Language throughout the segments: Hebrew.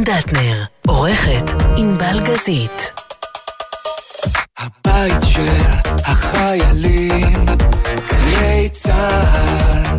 דטנר, עורכת ענבל גזית. הבית של החיילים, גלי צהל.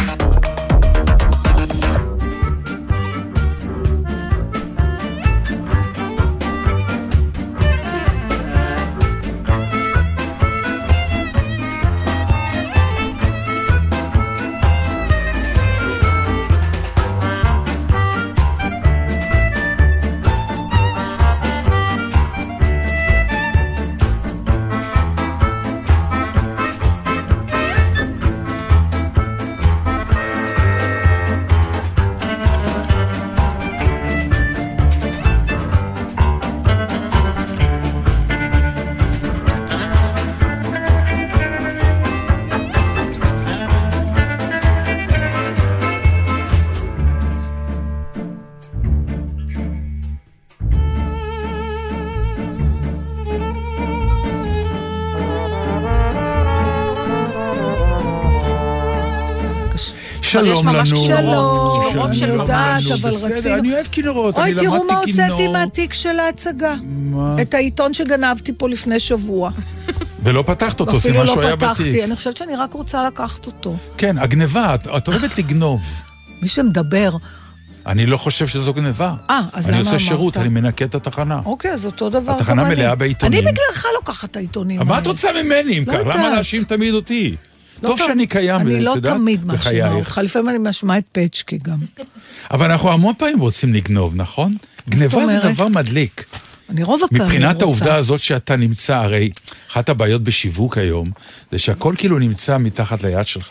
שלום לנו. שלום, אני יודעת, אבל רצינו. אני אוהב כינורות, אוי, אני למדתי כינור. תראו מה הוצאתי מהתיק של ההצגה. מה? את העיתון שגנבתי פה לפני שבוע. ולא פתחת אותו, זה משהו היה בתיק. אפילו לא פתחתי, אני חושבת שאני רק רוצה לקחת אותו. כן, הגניבה, את אוהבת לגנוב. מי שמדבר. אני לא חושב שזו גניבה. אז למה אמרת? אני עושה שירות, אני מנקה את התחנה. אוקיי, אז אותו דבר. התחנה מלאה בעיתונים. אני בגללך לוקחת את העיתונים. מה את רוצה ממני אם כך? למה להאשים תמיד אותי? טוב שאני קיים, אני לא תמיד משמע אותך, לפעמים אני משמע את פצ'קי גם. אבל אנחנו המון פעמים רוצים לגנוב, נכון? גניבה זה דבר מדליק. אני רוב הפעמים רוצה. מבחינת העובדה הזאת שאתה נמצא, הרי אחת הבעיות בשיווק היום, זה שהכל כאילו נמצא מתחת ליד שלך.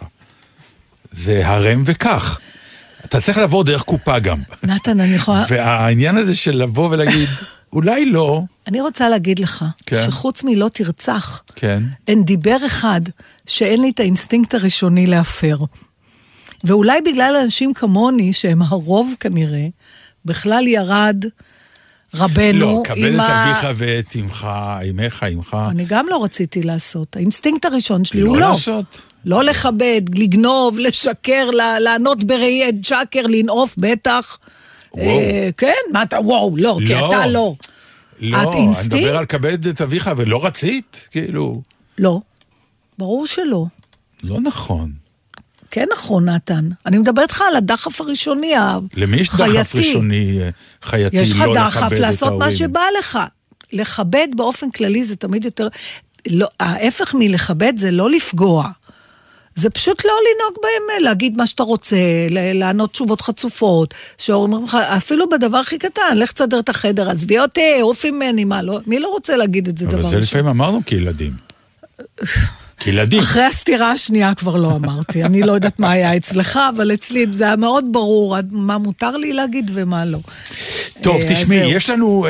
זה הרם וכך. אתה צריך לעבור דרך קופה גם. נתן, אני יכולה... והעניין הזה של לבוא ולהגיד, אולי לא. אני רוצה להגיד לך, שחוץ מלא תרצח, אין דיבר אחד שאין לי את האינסטינקט הראשוני להפר. ואולי בגלל אנשים כמוני, שהם הרוב כנראה, בכלל ירד רבנו. לא, קבל את אביך ואת אמך. אני גם לא רציתי לעשות. האינסטינקט הראשון שלי הוא לא לא. לעשות. לא לכבד, לגנוב, לשקר, לענות בראי עד שקר, לנעוף בטח. כן, מה אתה, וואו, לא, כי אתה לא. לא, אני מדבר על כבד את אביך, ולא רצית, כאילו. לא, ברור שלא. לא נכון. כן נכון, נתן. אני מדברת לך על הדחף הראשוני, החייתי. למי יש דחף ראשוני חייתי, יש לך לא דחף לכבד את לעשות ההורים? מה שבא לך. לכבד באופן כללי זה תמיד יותר... לא, ההפך מלכבד זה לא לפגוע. זה פשוט לא לנהוג בהם, להגיד מה שאתה רוצה, לענות תשובות חצופות, שאומרים לך, אפילו בדבר הכי קטן, לך תסדר את החדר, עזבי אותי, עוף ממני, מי לא רוצה להגיד את זה דבר ראשון? אבל זה לפעמים אמרנו כילדים. כילדים. אחרי הסתירה השנייה כבר לא אמרתי, אני לא יודעת מה היה אצלך, אבל אצלי זה היה מאוד ברור, מה מותר לי להגיד ומה לא. טוב, תשמעי, יש לנו...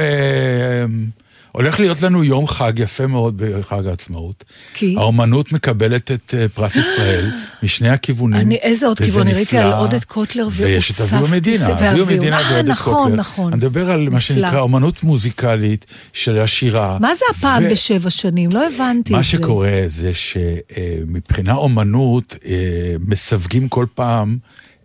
הולך להיות לנו יום חג יפה מאוד בחג העצמאות. כי? האומנות מקבלת את פרס ישראל משני הכיוונים. איזה עוד כיוון? ראיתי על עודד קוטלר ויש את אביו המדינה. אביו המדינה ועודד קוטלר. נכון. אני מדבר על מה שנקרא אומנות מוזיקלית של השירה. מה זה הפעם ב7 שנים? לא הבנתי את זה. מה שקורה זה שמבחינה אומנות מסווגים כל פעם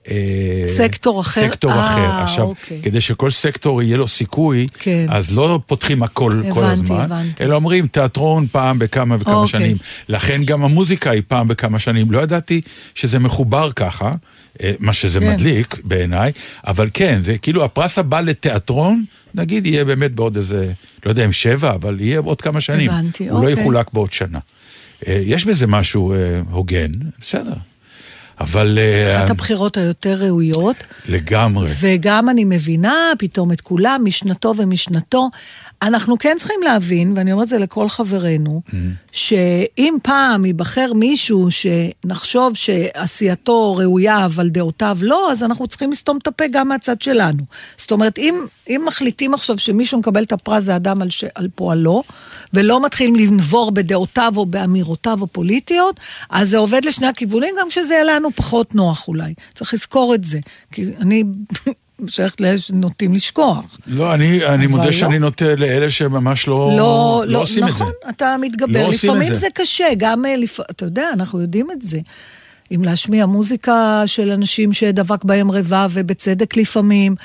סקטור אחר? סקטור אחר. עכשיו, כדי שכל סקטור יהיה לו סיכוי, אז לא פותחים הכל כל הזמן, אלא אומרים תיאטרון פעם בכמה וכמה שנים. לכן גם המוזיקה היא פעם בכמה שנים. לא ידעתי שזה מחובר ככה, מה שזה מדליק בעיניי, אבל כן, זה כאילו הפרס הבא לתיאטרון, נגיד יהיה באמת בעוד איזה, לא יודע אם 7, אבל יהיה עוד כמה שנים. הוא לא יחולק בעוד שנה. יש בזה משהו הוגן, בסדר. אבל... אחת הבחירות היותר ראויות. לגמרי. וגם אני מבינה פתאום את כולם, משנתו ומשנתו. אנחנו כן צריכים להבין, ואני אומרת זה לכל חברינו, שאם פעם ייבחר מישהו שנחשוב שעשייתו ראויה, אבל דעותיו לא, אז אנחנו צריכים לסתום את הפה גם מהצד שלנו. זאת אומרת, אם מחליטים עכשיו שמישהו מקבל את הפרס זה אדם על פועלו, ולא מתחילים לנבור בדעותיו או באמירותיו הפוליטיות, אז זה עובד לשני הכיוונים, גם כשזה יהיה לנו פחות נוח אולי. צריך לזכור את זה, כי אני שייכת לאלה שנוטים לשכוח. לא, אני מודה שאני נוטה לאלה שממש לא עושים את זה. נכון, אתה מתגבר. לפעמים זה קשה, גם, אתה יודע, אנחנו יודעים את זה. אם להשמיע מוזיקה של אנשים שדבק בהם רבב, ובצדק לפעמים,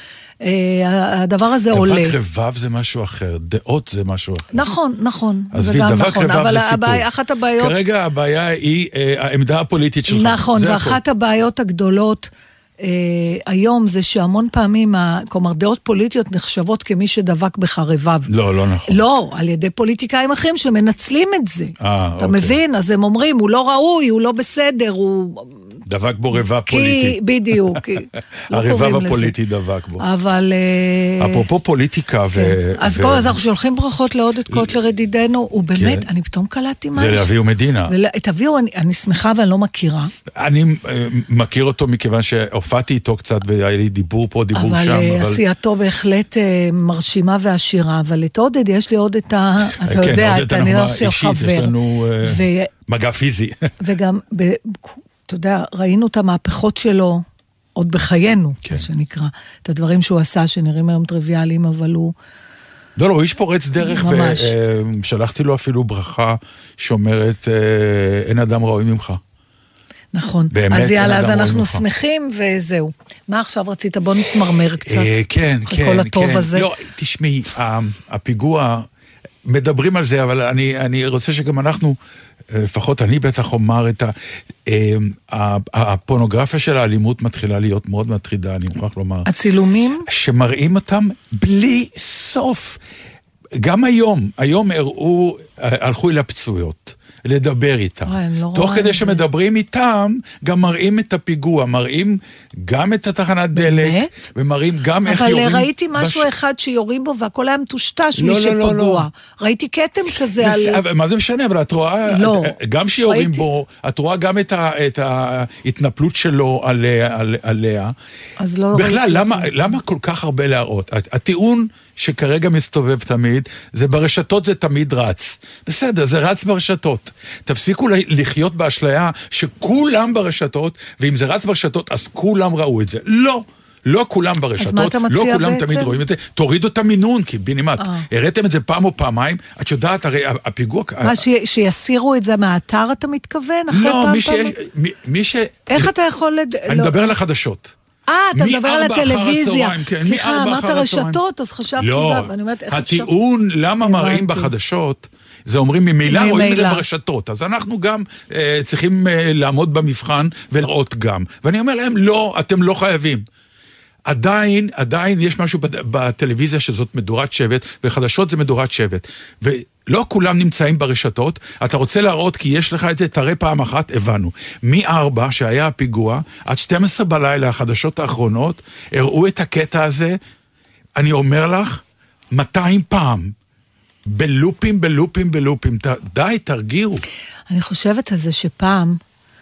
הדבר הזה עולה. דבק רבב זה משהו אחר, דעות זה משהו אחר. נכון. אז דבק רבב זה סיפור. אבל אחת הבעיות... כרגע הבעיה היא העמדה הפוליטית שלך. נכון, ואחת הבעיות הגדולות היום זה שהמון פעמים, כלומר דעות פוליטיות נחשבות כמי שדבק בך רבב. לא נכון. לא, על ידי פוליטיקאים אחרים שמנצלים את זה. אתה מבין? אז הם אומרים, הוא לא ראוי, הוא לא בסדר, הוא... דבק בו רבב פוליטי. בדיוק. הרבב הפוליטי דבק בו. אבל... אפרופו פוליטיקה אז אנחנו שולחים ברכות לעודד קוטלר ידידנו, הוא באמת, אני פתאום קלטתי משהו. זה לאביהו מדינה. את אביהו אני שמחה ואני לא מכירה. אני מכיר אותו מכיוון שהופעתי איתו קצת והיה לי דיבור פה, דיבור שם. אבל עשייתו בהחלט מרשימה ועשירה, אבל את עודד יש לי עוד את ה... אתה יודע, את הנראה של חבר. יש לנו מגע פיזי. וגם... אתה יודע, ראינו את המהפכות שלו עוד בחיינו, מה שנקרא. את הדברים שהוא עשה, שנראים היום טריוויאליים, אבל הוא... לא, הוא איש פורץ דרך, ושלחתי לו אפילו ברכה שאומרת, אין אדם ראוי ממך. נכון. אז יאללה, אז אנחנו שמחים, וזהו. מה עכשיו רצית? בוא נתמרמר קצת. כן. כל הטוב הזה. לא, תשמעי, הפיגוע, מדברים על זה, אבל אני רוצה שגם אנחנו... לפחות אני בטח אומר את הפורנוגרפיה של האלימות מתחילה להיות מאוד מטרידה, אני מוכרח לומר. הצילומים? שמראים אותם בלי סוף. גם היום הלכו אל הפצויות. לדבר איתם. תוך כדי שמדברים איתם, גם מראים את הפיגוע, מראים גם את התחנת דלק, ומראים גם איך יורים... אבל ראיתי משהו אחד שיורים בו, והכל היה מטושטש מי שפגוע. ראיתי קטם כזה על... מה זה משנה? אבל את רואה, גם שיורים בו, את רואה גם את ההתנפלות שלו עליה. אז לא... בכלל, למה כל כך הרבה להראות? הטיעון שכרגע מסתובב תמיד, זה ברשתות זה תמיד רץ. בסדר, זה רץ ברשתות. תפסיקו לחיות באשליה שכולם ברשתות, ואם זה רץ ברשתות, אז כולם ראו את זה. לא כולם ברשתות, לא כולם תמיד רואים את זה. תורידו את המינון, כי בינימט, הראיתם את זה פעם או פעמיים, את יודעת, הרי הפיגוע... מה, שיסירו את זה מהאתר, אתה מתכוון? לא, מי ש... איך אתה יכול... אני מדבר על החדשות. אתה מדבר על הטלוויזיה. סליחה, אמרת רשתות, אז חשבתי... לא, הטיעון למה מראים בחדשות, זה אומרים ממילא רואים את זה ברשתות, אז אנחנו גם צריכים לעמוד במבחן ולראות גם. ואני אומר להם, לא, אתם לא חייבים. עדיין יש משהו בטלוויזיה שזאת מדורת שבט, וחדשות זה מדורת שבט. ולא כולם נמצאים ברשתות, אתה רוצה להראות כי יש לך את זה, תראה פעם אחת, הבנו. מ-4 שהיה הפיגוע, עד 12 בלילה, החדשות האחרונות, הראו את הקטע הזה, אני אומר לך, 200 פעם, בלופים, די, תרגיעו. אני חושבת על זה שפעם,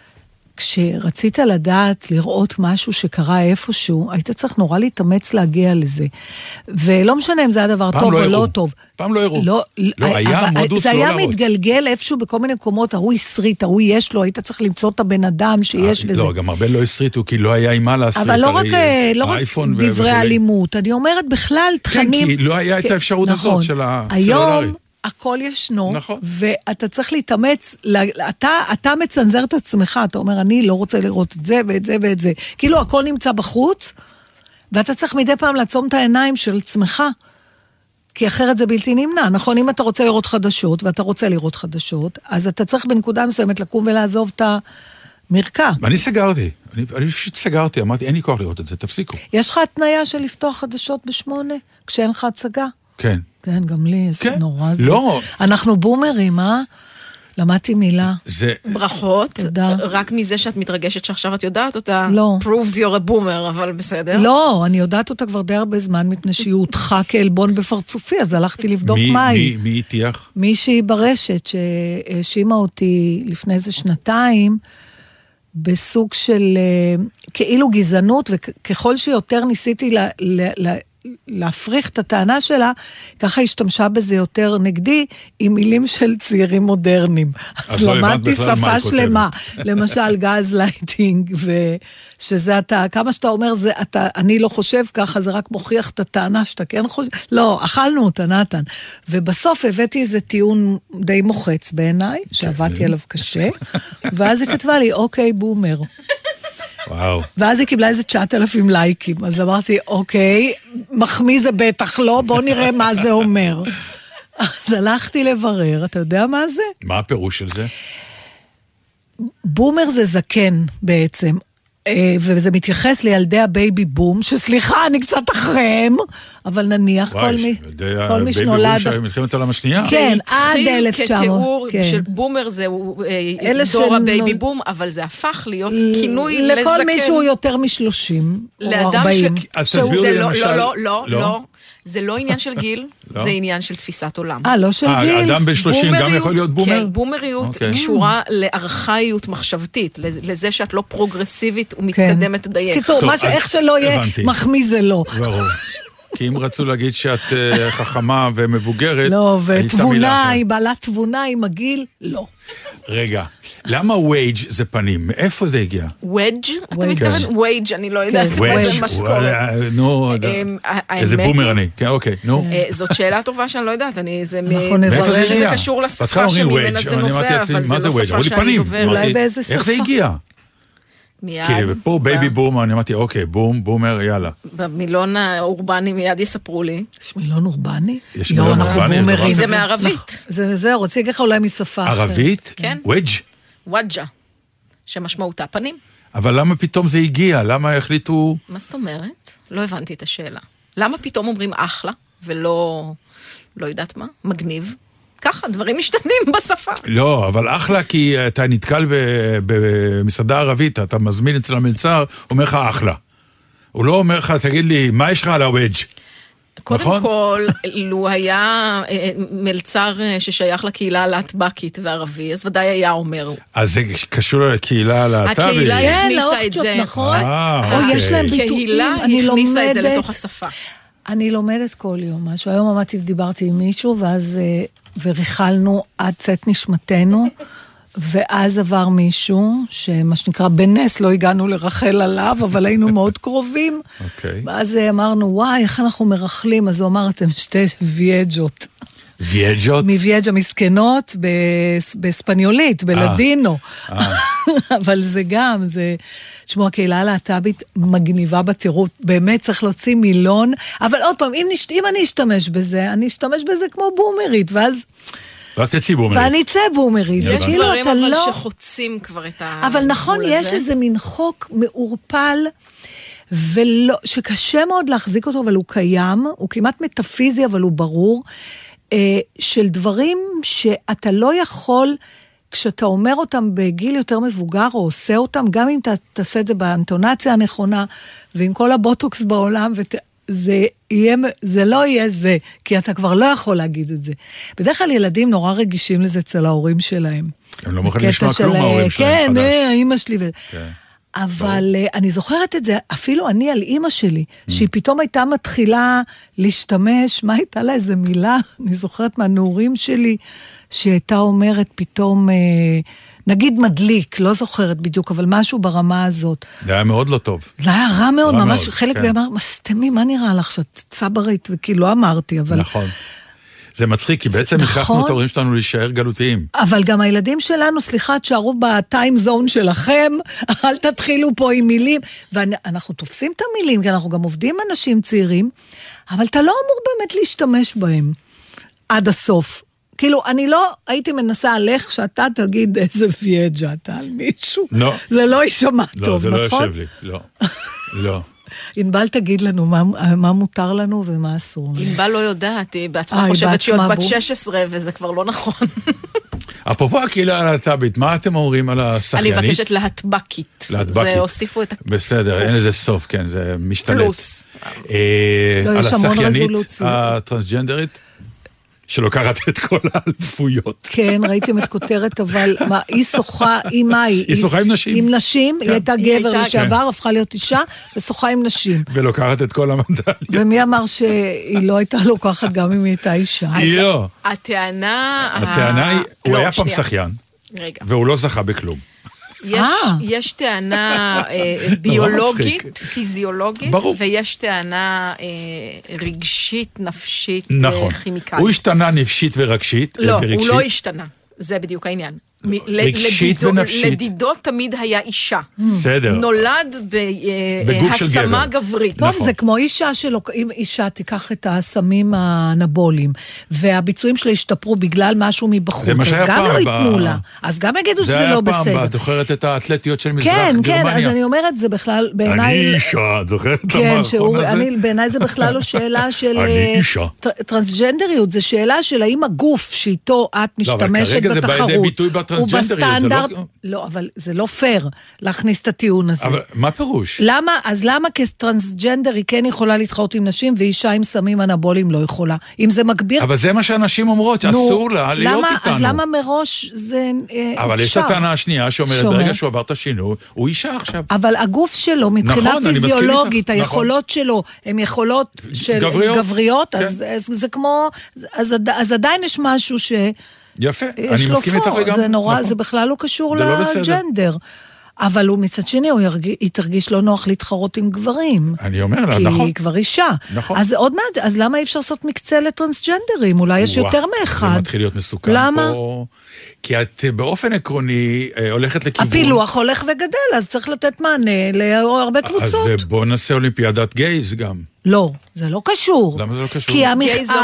כשרצית לדעת לראות משהו שקרה איפשהו, היית צריך נורא להתאמץ להגיע לזה. ולא משנה אם זה היה דבר טוב או לא טוב. פעם לא הראו. לא, היה מודוס זה לא היה להראות. מתגלגל איפשהו בכל מיני מקומות, ההוא ישריט, ההוא יש לו, היית צריך למצוא את הבן אדם שיש וזה. לא, גם הרבה לא ישריטו, כי לא היה עם מה להסריט. אבל לא רק דברי אלימות, אני אומרת בכלל תכנים... כן, כי לא היה את האפשרות הזאת של הסלולרי. היום הכל ישנו, ואתה צריך להתאמץ, אתה מצנזר את עצמך, אתה אומר, אני לא רוצה לראות את זה ואת זה ואת זה. כאילו הכל נמצא בחוץ, ואתה צריך מדי פעם לעצום את העיניים של עצמך, כי אחרת זה בלתי נמנע. נכון, אם אתה רוצה לראות חדשות, ואתה רוצה לראות חדשות, אז אתה צריך בנקודה מסוימת לקום ולעזוב את המרקע. ואני סגרתי, אני פשוט סגרתי, אמרתי, אין לי כוח לראות את זה, תפסיקו. יש לך התניה של לפתוח חדשות ב8, כשאין לך הצגה? כן. כן, גם לי, זה נורא זה. לא. אנחנו בומרים, למדתי מילה. ברכות. תודה. רק מזה שאת מתרגשת שעכשיו את יודעת אותה, לא. proves you're a boomer, אבל בסדר. לא, אני יודעת אותה כבר די הרבה זמן, מפני שהיא הותחה כעלבון בפרצופי, אז הלכתי לבדוק מה היא. מי התייך? מישהי ברשת שהאשימה אותי לפני איזה 2 בסוג של כאילו גזענות, וככל שיותר ניסיתי להפריך את הטענה שלה, ככה השתמשה בזה יותר נגדי, עם מילים של צעירים מודרניים. אז למדתי שפה שלמה, למשל גז לייטינג, ושזה אתה, כמה שאתה אומר, אני לא חושב ככה, זה רק מוכיח את הטענה שאתה כן חושב, לא, אכלנו אותה, נתן. ובסוף הבאתי איזה טיעון די מוחץ בעיניי, שעבדתי עליו קשה, ואז היא כתבה לי, אוקיי, בומר. וואו. ואז היא קיבלה איזה 9,000 לייקים, אז אמרתי, אוקיי, מחמיא זה בטח לא, בוא נראה מה זה אומר. אז הלכתי לברר, אתה יודע מה זה? מה הפירוש של זה? בומר זה זקן בעצם, וזה מתייחס לילדי הבייבי בום, שסליחה, אני קצת אחריהם, אבל נניח כל מי שנולד... בייבי בום מלחמת העולם השנייה. כן, עד 1900. כתיאור של בומר זה דור הבייבי בום, אבל זה הפך להיות כינוי לזקן. לכל מישהו יותר מ-30 או 40. אז תסבירו לי למשל... לא. זה לא עניין של גיל, זה עניין של תפיסת עולם. לא של גיל. אדם בן 30 גם יכול להיות בומר? כן, בומריות קשורה לארכאיות מחשבתית, לזה שאת לא פרוגרסיבית ומתקדמת דייך. קיצור, איך שלא יהיה, מחמיא זה לא. ברור. כי אם רצו להגיד שאת חכמה ומבוגרת... לא, ותבונה, היא בעלת תבונה עם הגיל, לא. רגע, למה וייג' זה פנים? מאיפה זה הגיע? וייג'? אתה מתכוון וייג', אני לא יודעת מה זה משכורת. נו, איזה בומר אני. כן, אוקיי, נו. זאת שאלה טובה שאני לא יודעת, אנחנו נברר. שזה קשור לשפה שממנה זה נובע, אבל זה לא שפה שאני דוברת. אולי באיזה שפה. איך זה הגיע? מיד. כי פה בייבי בומר, אני אמרתי, אוקיי, בומר, יאללה. במילון האורבני מיד יספרו לי. יש מילון אורבני? יש מילון אורבני. זה מערבית. זה, רוצה להגיד לך אולי משפה אחרת. ערבית? כן. וויג'? וג'ה, שמשמעותה פנים. אבל למה פתאום זה הגיע? למה החליטו... מה זאת אומרת? לא הבנתי את השאלה. למה פתאום אומרים אחלה, ולא, לא יודעת מה, מגניב? ככה, דברים משתנים בשפה. לא, אבל אחלה, כי אתה נתקל במסעדה ערבית, אתה מזמין אצל המלצר, אומר לך אחלה. הוא לא אומר לך, תגיד לי, מה יש לך על הוודג'? קודם כל, לו היה מלצר ששייך לקהילה הלהטבקית וערבי, אז ודאי היה אומר. אז זה קשור לקהילה הלהטבית? הקהילה הכניסה את זה. נכון. יש להם ביטויים, אני לומדת. הקהילה הכניסה את זה לתוך השפה. אני לומדת כל יום משהו. היום עמדתי ודיברתי עם מישהו, ואז וריחלנו עד צאת נשמתנו, ואז עבר מישהו, שמה שנקרא בנס לא הגענו לרחל עליו, אבל היינו מאוד קרובים. ואז אמרנו, וואי, איך אנחנו מרחלים? אז הוא אמר, אתם שתי וייג'ות. וייג'ות? מווייג'ה מסכנות בספניולית, בלדינו. אבל זה גם, זה... שמו, הקהילה הלהט"בית מגניבה בטירות, באמת צריך להוציא מילון, אבל עוד פעם, אם אני אשתמש בזה, אני אשתמש בזה כמו בומרית, ואז... לא תצאי בומרית. ואני אצא בומרית. יש דברים אבל שחוצים כבר את ה... אבל נכון, יש איזה מין חוק מעורפל, שקשה מאוד להחזיק אותו, אבל הוא קיים, הוא כמעט מטאפיזי, אבל הוא ברור, של דברים שאתה לא יכול... כשאתה אומר אותם בגיל יותר מבוגר, או עושה אותם, גם אם תעשה את זה באנטונציה הנכונה, ועם כל הבוטוקס בעולם, זה לא יהיה זה, כי אתה כבר לא יכול להגיד את זה. בדרך כלל ילדים נורא רגישים לזה אצל ההורים שלהם. הם לא מוכנים לשמוע כלום ההורים שלהם. כן, האמא שלי. אבל אני זוכרת את זה, אפילו אני על אמא שלי, שהיא פתאום הייתה מתחילה להשתמש, מה הייתה לה איזה מילה, אני זוכרת מהנעורים שלי, שהיא הייתה אומרת פתאום, נגיד מדליק, לא זוכרת בדיוק, אבל משהו ברמה הזאת. זה היה מאוד לא טוב. זה היה רע מאוד, ממש חלק ואמר, מסתמי, מה נראה לך שאת צברית, וכי לא אמרתי, אבל... נכון. זה מצחיק, כי בעצם הכרחנו את ההורים שלנו להישאר גלותיים. אבל גם הילדים שלנו, סליחה, תשארו בטיים זון שלכם, אל תתחילו פה עם מילים, ואנחנו תופסים את המילים, כי אנחנו גם עובדים עם אנשים צעירים, אבל אתה לא אמור באמת להשתמש בהם עד הסוף. כאילו, אני לא הייתי מנסה עליך שאתה תגיד איזה וייג'ה אתה על מישהו. לא. זה לא יישמע טוב, נכון? לא, זה לא יושב לי, לא. לא. ענבל תגיד לנו מה מותר לנו ומה אסור. ענבל לא יודעת, היא בעצמה חושבת שהיא עוד בת 16 וזה כבר לא נכון. אפרופו הקהילה הלהט"בית, מה אתם אומרים על השחיינית? אני מבקשת להטבקית. להטבקית. זה הוסיפו את... בסדר, אין איזה סוף, כן, זה משתלט. פלוס. על השחיינית הטרנסג'נדרית? שלוקחת את כל האלפויות. כן, ראיתם את כותרת, אבל מה, היא שוחה, היא מה היא? היא שוחה עם נשים. עם נשים, היא הייתה גבר לשעבר, הפכה להיות אישה, ושוחה עם נשים. ולוקחת את כל המדליות. ומי אמר שהיא לא הייתה לוקחת גם אם היא הייתה אישה? היא לא. הטענה היא, הוא היה פעם שחיין, והוא לא זכה בכלום. יש טענה ביולוגית, פיזיולוגית, ויש טענה רגשית, נפשית, נכון. כימיקלית. הוא השתנה נפשית ורגשית. לא, הוא לא השתנה. זה בדיוק העניין. רגשית ונפשית. לדידו תמיד היה אישה. בסדר. נולד בהשמה גברית. טוב, זה כמו אישה שלו, אם אישה תיקח את הסמים האנבוליים, והביצועים שלה השתפרו בגלל משהו מבחוץ, אז גם לא ייתנו לה. אז גם יגידו שזה לא בסדר. זה היה פעם, את זוכרת את האתלטיות של מזרח גרמניה. כן, אז אני אומרת, זה בכלל, בעיניי... אני אישה, את זוכרת את המערכון הזה? בעיניי זה בכלל לא שאלה של טרנסג'נדריות, זה שאלה של האם הגוף שאיתו את משתמשת בתחרות, הוא בסטנדרט, לא, אבל זה לא פייר להכניס את הטיעון הזה. אבל מה פירוש? אז למה כטרנסג'נדר היא כן יכולה להתחרות עם נשים, ואישה עם סמים אנבוליים לא יכולה? אם זה מגביר... אבל זה מה שאנשים אומרות, אסור לה להיות איתנו. אז למה מראש זה אפשר? אבל יש את הטענה השנייה שאומרת, ברגע שהוא עבר את השינוי, הוא אישה עכשיו. אבל הגוף שלו, מבחינה פיזיולוגית, היכולות שלו, הן יכולות של גבריות, אז זה כמו... אז עדיין יש משהו ש... יפה, אני מסכים איתך לגמרי. זה נורא, זה בכלל לא קשור לג'נדר. אבל הוא מצד שני, היא תרגיש לא נוח להתחרות עם גברים. אני אומר לה, נכון. כי היא כבר אישה. נכון. אז עוד מעט, אז למה אי אפשר לעשות מקצה לטרנסג'נדרים? אולי יש יותר מאחד. זה מתחיל להיות מסוכן פה. למה? כי את באופן עקרוני הולכת לכיוון... הפילוח הולך וגדל, אז צריך לתת מענה להרבה קבוצות. אז בוא נעשה אולימפיאדת גייז גם. לא, זה לא קשור. למה זה לא קשור? כי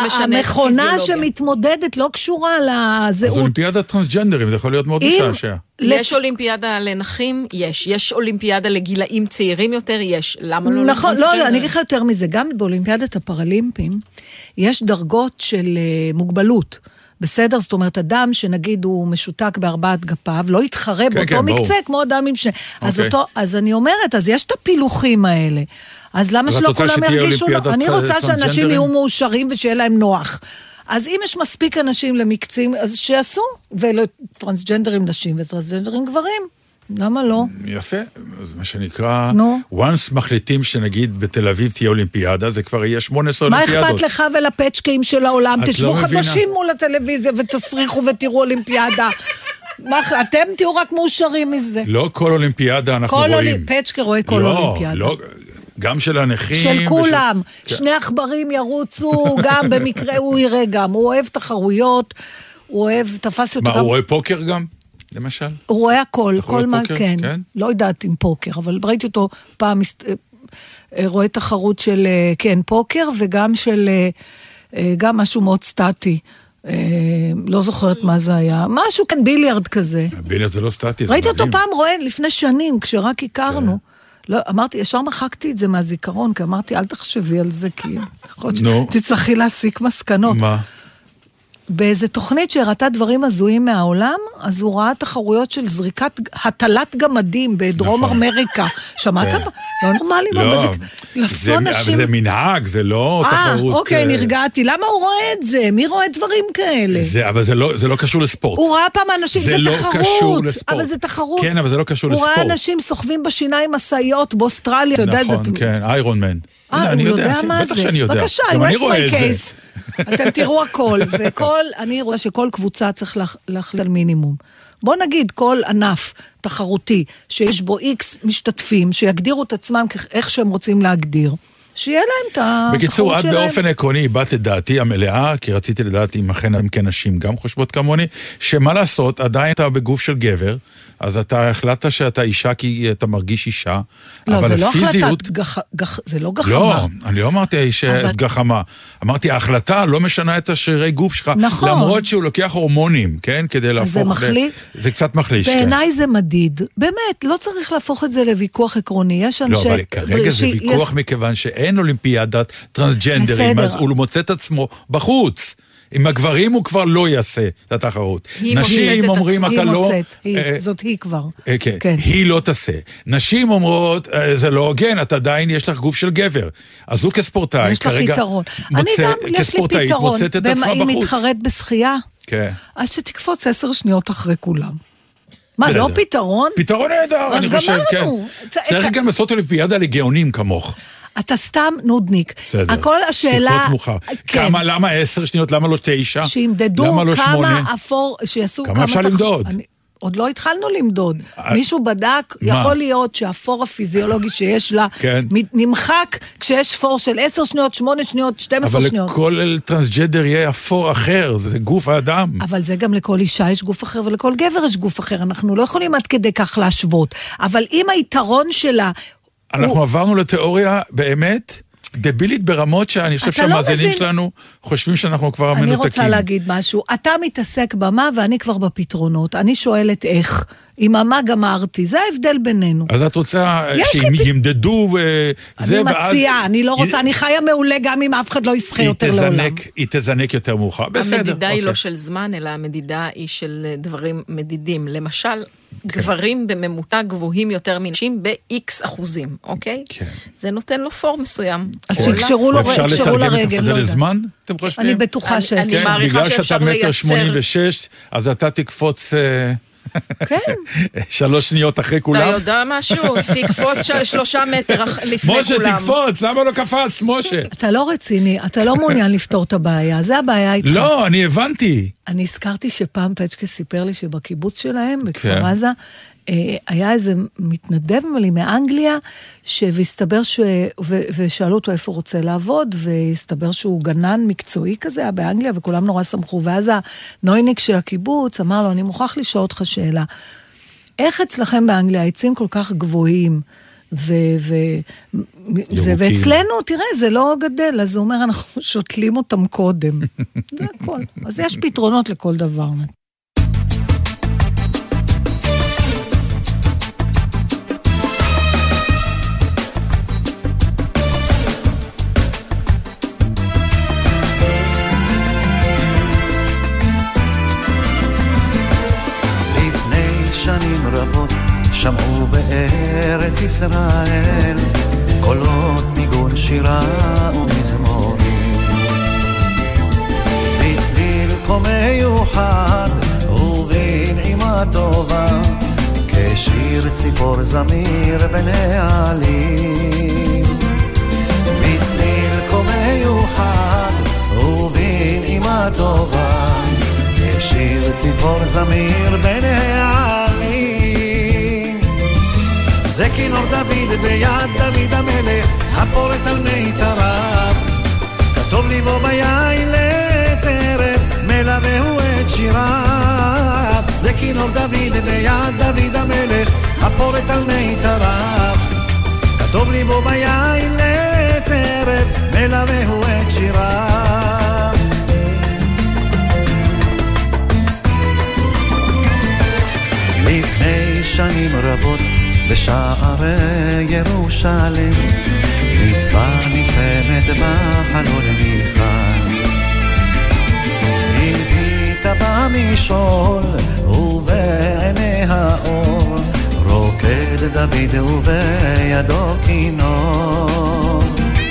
המכונה שמתמודדת לא קשורה לזהות. אז אולימפיאדת טרנסג'נדרים, זה יכול להיות מאוד משעשע. יש אולימפיאדה לנחים? יש אולימפיאדה לגילאים צעירים יותר? יש. למה לא נכון, לא, אני אגיד לך יותר מזה. גם באולימפיאדת הפרלימפים, יש דרגות של מוגבלות. בסדר? זאת אומרת, אדם שנגיד הוא משותק בארבעת גפיו, לא יתחרה באותו מקצה כמו אדם עם אז אני אומרת, אז יש את הפילוחים האלה. אז למה שלא כולם ירגישו? אני רוצה שאנשים יהיו מאושרים ושיהיה להם נוח. אז אם יש מספיק אנשים למקצים, אז שיעשו, ולטרנסג'נדרים נשים וטרנסג'נדרים גברים. למה לא? יפה, אז מה שנקרא, once מחליטים שנגיד בתל אביב תהיה אולימפיאדה, זה כבר יהיה 18 אולימפיאדות. מה אכפת לך ולפצ'קים של העולם? תשבו חדשים מול הטלוויזיה ותסריחו ותראו אולימפיאדה. אתם תהיו רק מאושרים מזה. לא כל אולימפיאדה אנחנו רואים. פצ'קר רואה כל אולימפיאדה. לא, גם של הנכים. של כולם. שני עכברים ירוצו, גם במקרה הוא יראה גם. הוא אוהב תחרויות, הוא אוהב, תפס יותר. מה, הוא רואה פוקר גם? למשל? הוא רואה הכל, כל מה, כן. לא יודעת עם פוקר, אבל ראיתי אותו פעם, רואה תחרות של, כן, פוקר, וגם של, גם משהו מאוד סטטי. לא זוכרת מה זה היה. משהו כאן ביליארד כזה. ביליארד זה לא סטטי. ראיתי אותו פעם רואה לפני שנים, כשרק הכרנו. לא, אמרתי, ישר מחקתי את זה מהזיכרון, כי אמרתי, אל תחשבי על זה, כי תצטרכי להסיק מסקנות. מה? באיזה תוכנית שהראתה דברים הזויים מהעולם, אז הוא ראה תחרויות של זריקת, הטלת גמדים בדרום אמריקה. שמעת? לא נורמלי. אבל זה מנהג, זה לא תחרות. אוקיי, נרגעתי. למה הוא רואה את זה? מי רואה דברים כאלה? אבל זה לא קשור לספורט. הוא ראה פעם אנשים, זה תחרות. אבל זה תחרות. כן, אבל זה לא קשור לספורט. הוא ראה אנשים סוחבים בשיניים מסעיות באוסטרליה. נכון, כן, איירון מן. הוא יודע מה זה. בטח שאני יודע. בבקשה, rest my case. אתם תראו הכל, אני רואה שכל קבוצה צריך להחליט על מינימום. בוא נגיד כל ענף תחרותי שיש בו X משתתפים, שיגדירו את עצמם איך שהם רוצים להגדיר, שיהיה להם את התחרות שלהם. בקיצור, עד באופן עקרוני איבדת את דעתי המלאה, כי רציתי לדעת אם אכן הם כנשים גם חושבות כמוני, שמה לעשות, עדיין אתה בגוף של גבר, אז אתה החלטת שאתה אישה כי אתה מרגיש אישה. לא, זה לא החלטת, זה לא גחמה. לא, אני לא אמרתי גחמה. אמרתי, ההחלטה לא משנה את השרירי גוף שלך, נכון. למרות שהוא לוקח הורמונים, כן? כדי להפוך... זה מחליט. זה קצת מחליש. בעיניי זה מדיד. באמת, לא צריך להפוך את זה לוויכוח עקרוני. יש אנשי... לא, אבל כרגע זה ויכוח מכיוון שאין אולימפיאדת טרנסג'נדרים, אז הוא מוצא את עצמו בחוץ. עם הגברים הוא כבר לא יעשה את התחרות. נשים אומרים, אתה לא... זאת היא כבר. כן, היא לא תעשה. נשים אומרות, זה לא הוגן, אתה עדיין יש לך גוף של גבר. אז הוא כספורטאי, כרגע... אני גם, יש לי פתרון. היא מתחרט בשחייה, אז שתקפוץ 10 שניות אחרי כולם. מה, זה לא פתרון? פתרון נהדר, אני חושב, כן. צריך גם לעשות אולימפיאדה לגאונים כמוך. אתה סתם נודניק. הכל השאלה... שתקפוץ מוכר. כמה, למה 10 שניות, למה לא 9? שימדדו כמה אפור, שיעשו כמה אפשר למדוד? עוד לא התחלנו למדוד. מישהו בדק, יכול להיות שהפור הפיזיולוגי שיש לה נמחק כשיש פור של 10 שניות, 8 שניות, 12 שניות. אבל לכל טרנסג'נדר יהיה הפור אחר, זה גוף האדם. אבל זה גם לכל אישה יש גוף אחר ולכל גבר יש גוף אחר. אנחנו לא יכולים עד כדי כך להשוות. אבל אם היתרון שלה... אנחנו עברנו לתיאוריה באמת... דבילית ברמות שאני חושב שהמאזינים שלנו חושבים שאנחנו כבר מנותקים. אני רוצה להגיד משהו. אתה מתעסק במה ואני כבר בפתרונות. אני שואלת איך. עם מה גמרתי. זה ההבדל בינינו. אז את רוצה שהם ימדדו אני מציעה, אני לא רוצה, אני חיה מעולה גם אם אף אחד לא ישחה יותר לעולם. היא תזנק יותר מאוחר. בסדר. המדידה היא לא של זמן, אלא המדידה היא של דברים מדידים. למשל, גברים בממוצע גבוהים יותר מנשים ב-X אחוזים, אוקיי? זה נותן לו פור מסוים. אז שיקשרו לו רגל. אפשר לתרגם את זה לזמן? אתם חושבים? אני בטוחה שאפשר. אני מעריכה שאפשר לייצר. בגלל שאתה 1.86, אז אתה תקפוץ... כן. 3 שניות אחרי כולם. אתה יודע משהו? תקפוץ 3 מטר לפני כולם. משה, תקפוץ, למה לא קפצת, משה? אתה לא רציני, אתה לא מעוניין לפתור את הבעיה, זה הבעיה איתך. לא, אני הבנתי. אני הזכרתי שפעם פצ'קה סיפר לי שבקיבוץ שלהם, בכפר עזה, היה איזה מתנדב לי מאנגליה, והסתבר ושאלו אותו איפה הוא רוצה לעבוד, והסתבר שהוא גנן מקצועי כזה, היה באנגליה, וכולם נורא שמחו, ואז הנויניק של הקיבוץ אמר לו, אני מוכרח לשאול אותך שאלה, איך אצלכם באנגליה העצים כל כך גבוהים, ואצלנו, תראה, זה לא גדל, אז הוא אומר, אנחנו שותלים אותם קודם. זה הכל. אז יש פתרונות לכל דבר. שנים רבות שמעו בארץ ישראל קולות ניגון שירה ומזמורים בצליל כה מיוחד ובנעימה טובה כשיר ציפור זמיר בין העלים בצליל כה מיוחד ובנעימה טובה כשיר ציפור זמיר בין העלים זה כינור דוד ביד דוד המלך הפורט על מיתריו כתוב ליבו ביין לטרף מלווהו את שיריו זה כינור דוד ביד דוד המלך הפורט על מיתריו כתוב ליבו ביין לטרף מלווהו את שיריו לפני שנים רבות בשערי ירושלים מצווה נפעמת בחלון נבחן הביטה במשעול ובעיני האור רוקד דוד ובידו כינור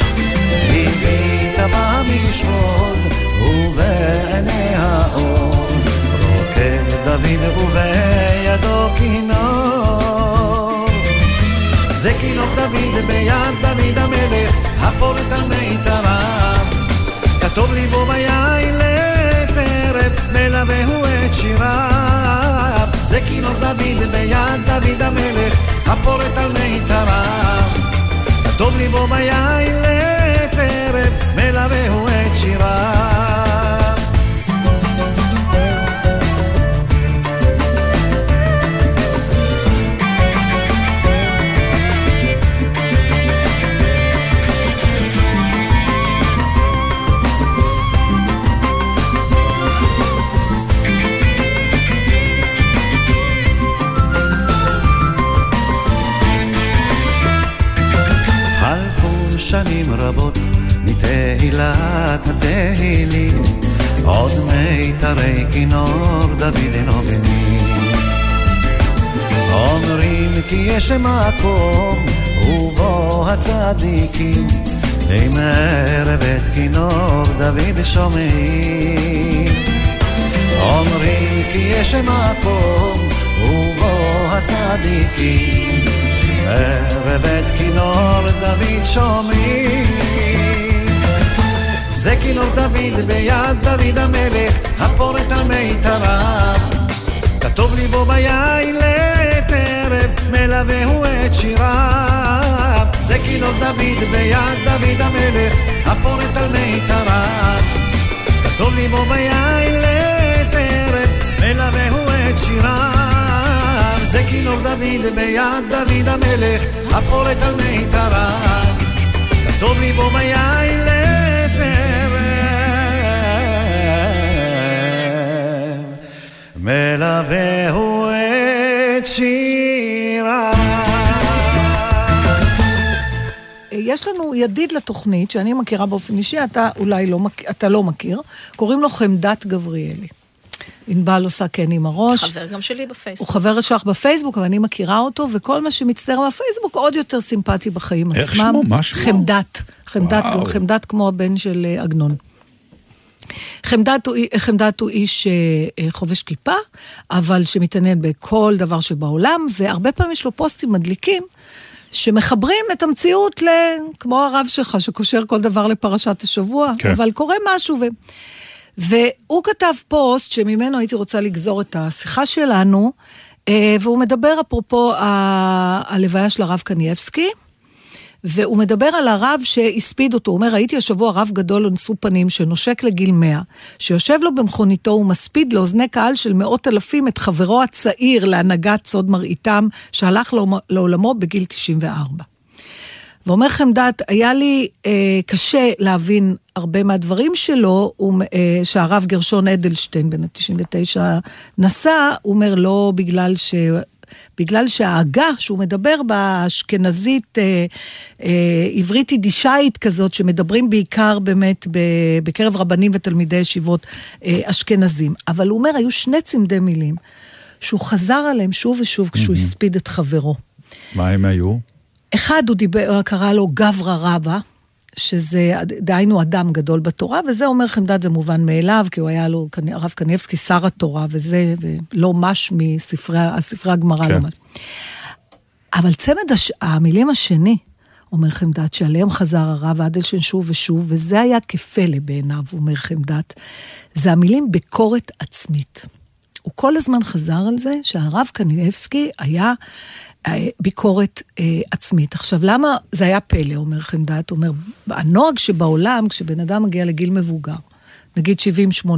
הביטה במשעול ובעיני האור רוקד דוד ובידו כינור זה כינור דוד ביד דוד המלך הפורט על מיתריו כתוב ליבו ביין לטרף מלווהו את שיריו זה כינור דוד ביד דוד המלך הפורט על מיתריו כתוב ליבו ביין לטרף מלווהו את שיריו שנים רבות מתהילת התהילים עוד מיתרי כינור דוד נוגנים אומרים כי יש מקום ובו הצדיקים עם ערב את כינור דוד שומעים אומרים כי יש מקום ובו הצדיקים ערב את כינור דוד שומעים זה כינור דוד ביד דוד המלך הפורט על מיתריו כתוב לי בו ביין לעת ערב, מלווהו את שיריו. זה כינור דוד ביד דוד המלך, הפורט על מיתריו. כתוב לי בו ביין לעת ערב, מלווהו את שיריו. זה כינור דוד ביד דוד המלך, הפורט על מיתריו. כתוב לי בו ביין לעת ערב, מלווהו את שיריו. יש לנו ידיד לתוכנית שאני מכירה באופן אישי, אתה אולי לא מכיר, קוראים לו חמדת גבריאלי. ענבל עושה כן עם הראש. חבר גם שלי בפייסבוק. הוא חבר שלך בפייסבוק, אבל אני מכירה אותו, וכל מה שמצטער בפייסבוק עוד יותר סימפטי בחיים עצמם. איך שמו? מה שמו? חמדת כמו הבן של עגנון. חמדת הוא איש חובש כיפה, אבל שמתעניין בכל דבר שבעולם, והרבה פעמים יש לו פוסטים מדליקים, שמחברים את המציאות כמו הרב שלך, שקושר כל דבר לפרשת השבוע, כן. אבל קורה משהו והוא כתב פוסט שממנו הייתי רוצה לגזור את השיחה שלנו, והוא מדבר אפרופו הלוויה של הרב קניאבסקי, והוא מדבר על הרב שהספיד אותו, הוא אומר, ראיתי השבוע רב גדול ונשוא פנים שנושק לגיל 100, שיושב לו במכוניתו ומספיד לאוזני קהל של מאות אלפים את חברו הצעיר להנהגת סוד מראיתם, שהלך לעולמו בגיל 94. ואומר חמדת, היה לי קשה להבין הרבה מהדברים שלו, שהרב גרשון אדלשטיין בן ה-99 נסע, הוא אומר לא בגלל שההגה שהוא מדבר באשכנזית, עברית יידישאית כזאת, שמדברים בעיקר באמת בקרב רבנים ותלמידי ישיבות אשכנזים. אבל הוא אומר, היו שני צמדי מילים, שהוא חזר עליהם שוב ושוב כשהוא הספיד את חברו. מה הם היו? אחד הוא קרא לו גברא רבא, שזה דהיינו אדם גדול בתורה, וזה אומר חמדת זה מובן מאליו, כי הוא היה לו, הרב קניאבסקי, שר התורה, וזה לא מש מספרי הגמרא. כן. אבל צמד המילים השני, אומר חמדת, שעליהם חזר הרב אדלשטיין שוב ושוב, וזה היה כפלא בעיניו, אומר חמדת, זה המילים ביקורת עצמית. הוא כל הזמן חזר על זה, שהרב קניאבסקי היה ביקורת עצמית. עכשיו, למה זה היה פלא, אומר חמדת? אומר, הנוהג שבעולם, כשבן אדם מגיע לגיל מבוגר, נגיד 70-80,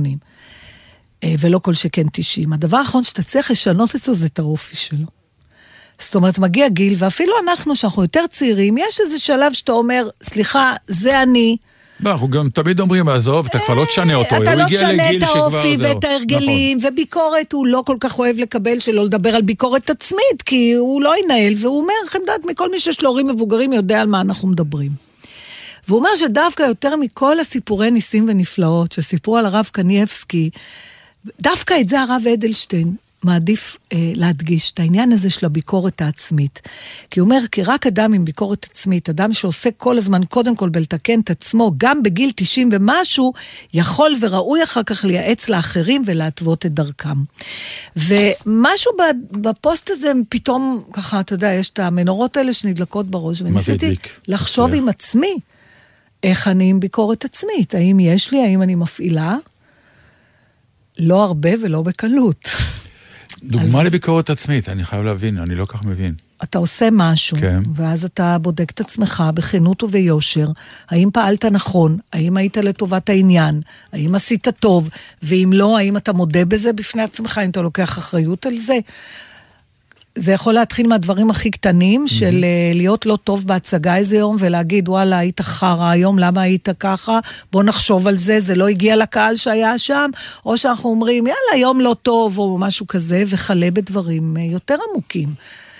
ולא כל שכן 90, הדבר האחרון שאתה צריך לשנות את זה את האופי שלו. זאת אומרת, מגיע גיל, ואפילו אנחנו, שאנחנו יותר צעירים, יש איזה שלב שאתה אומר, סליחה, זה אני. אנחנו גם תמיד אומרים, עזוב, אתה כבר לא תשנה אותו. אתה לא תשנה את האופי ואת ההרגלים, וביקורת הוא לא כל כך אוהב לקבל, שלא לדבר על ביקורת עצמית, כי הוא לא ינהל, והוא אומר, חמדת, מכל מי שיש לו הורים מבוגרים יודע על מה אנחנו מדברים. והוא אומר שדווקא יותר מכל הסיפורי ניסים ונפלאות, שסיפרו על הרב קניאבסקי, דווקא את זה הרב אדלשטיין מעדיף להדגיש את העניין הזה של הביקורת העצמית. כי הוא אומר, כי רק אדם עם ביקורת עצמית, אדם שעושה כל הזמן קודם כל בלתקן את עצמו, גם בגיל 90 ומשהו, יכול וראוי אחר כך לייעץ לאחרים ולהתוות את דרכם. ומשהו בפוסט הזה, פתאום ככה, אתה יודע, יש את המנורות האלה שנדלקות בראש, וניסיתי לחשוב עם עצמי, איך אני עם ביקורת עצמית, האם יש לי, האם אני מפעילה, לא הרבה ולא בקלות. דוגמה לביקורת עצמית, אני חייב להבין, אני לא כך מבין. אתה עושה משהו, כן. ואז אתה בודק את עצמך בכנות וביושר, האם פעלת נכון, האם היית לטובת העניין, האם עשית טוב, ואם לא, האם אתה מודה בזה בפני עצמך, אם אתה לוקח אחריות על זה. זה יכול להתחיל מהדברים הכי קטנים, של להיות לא טוב בהצגה איזה יום, ולהגיד, וואלה, היית חרה היום, למה היית ככה? בוא נחשוב על זה, זה לא הגיע לקהל שהיה שם, או שאנחנו אומרים, יאללה, יום לא טוב, או משהו כזה, וחלה בדברים יותר עמוקים.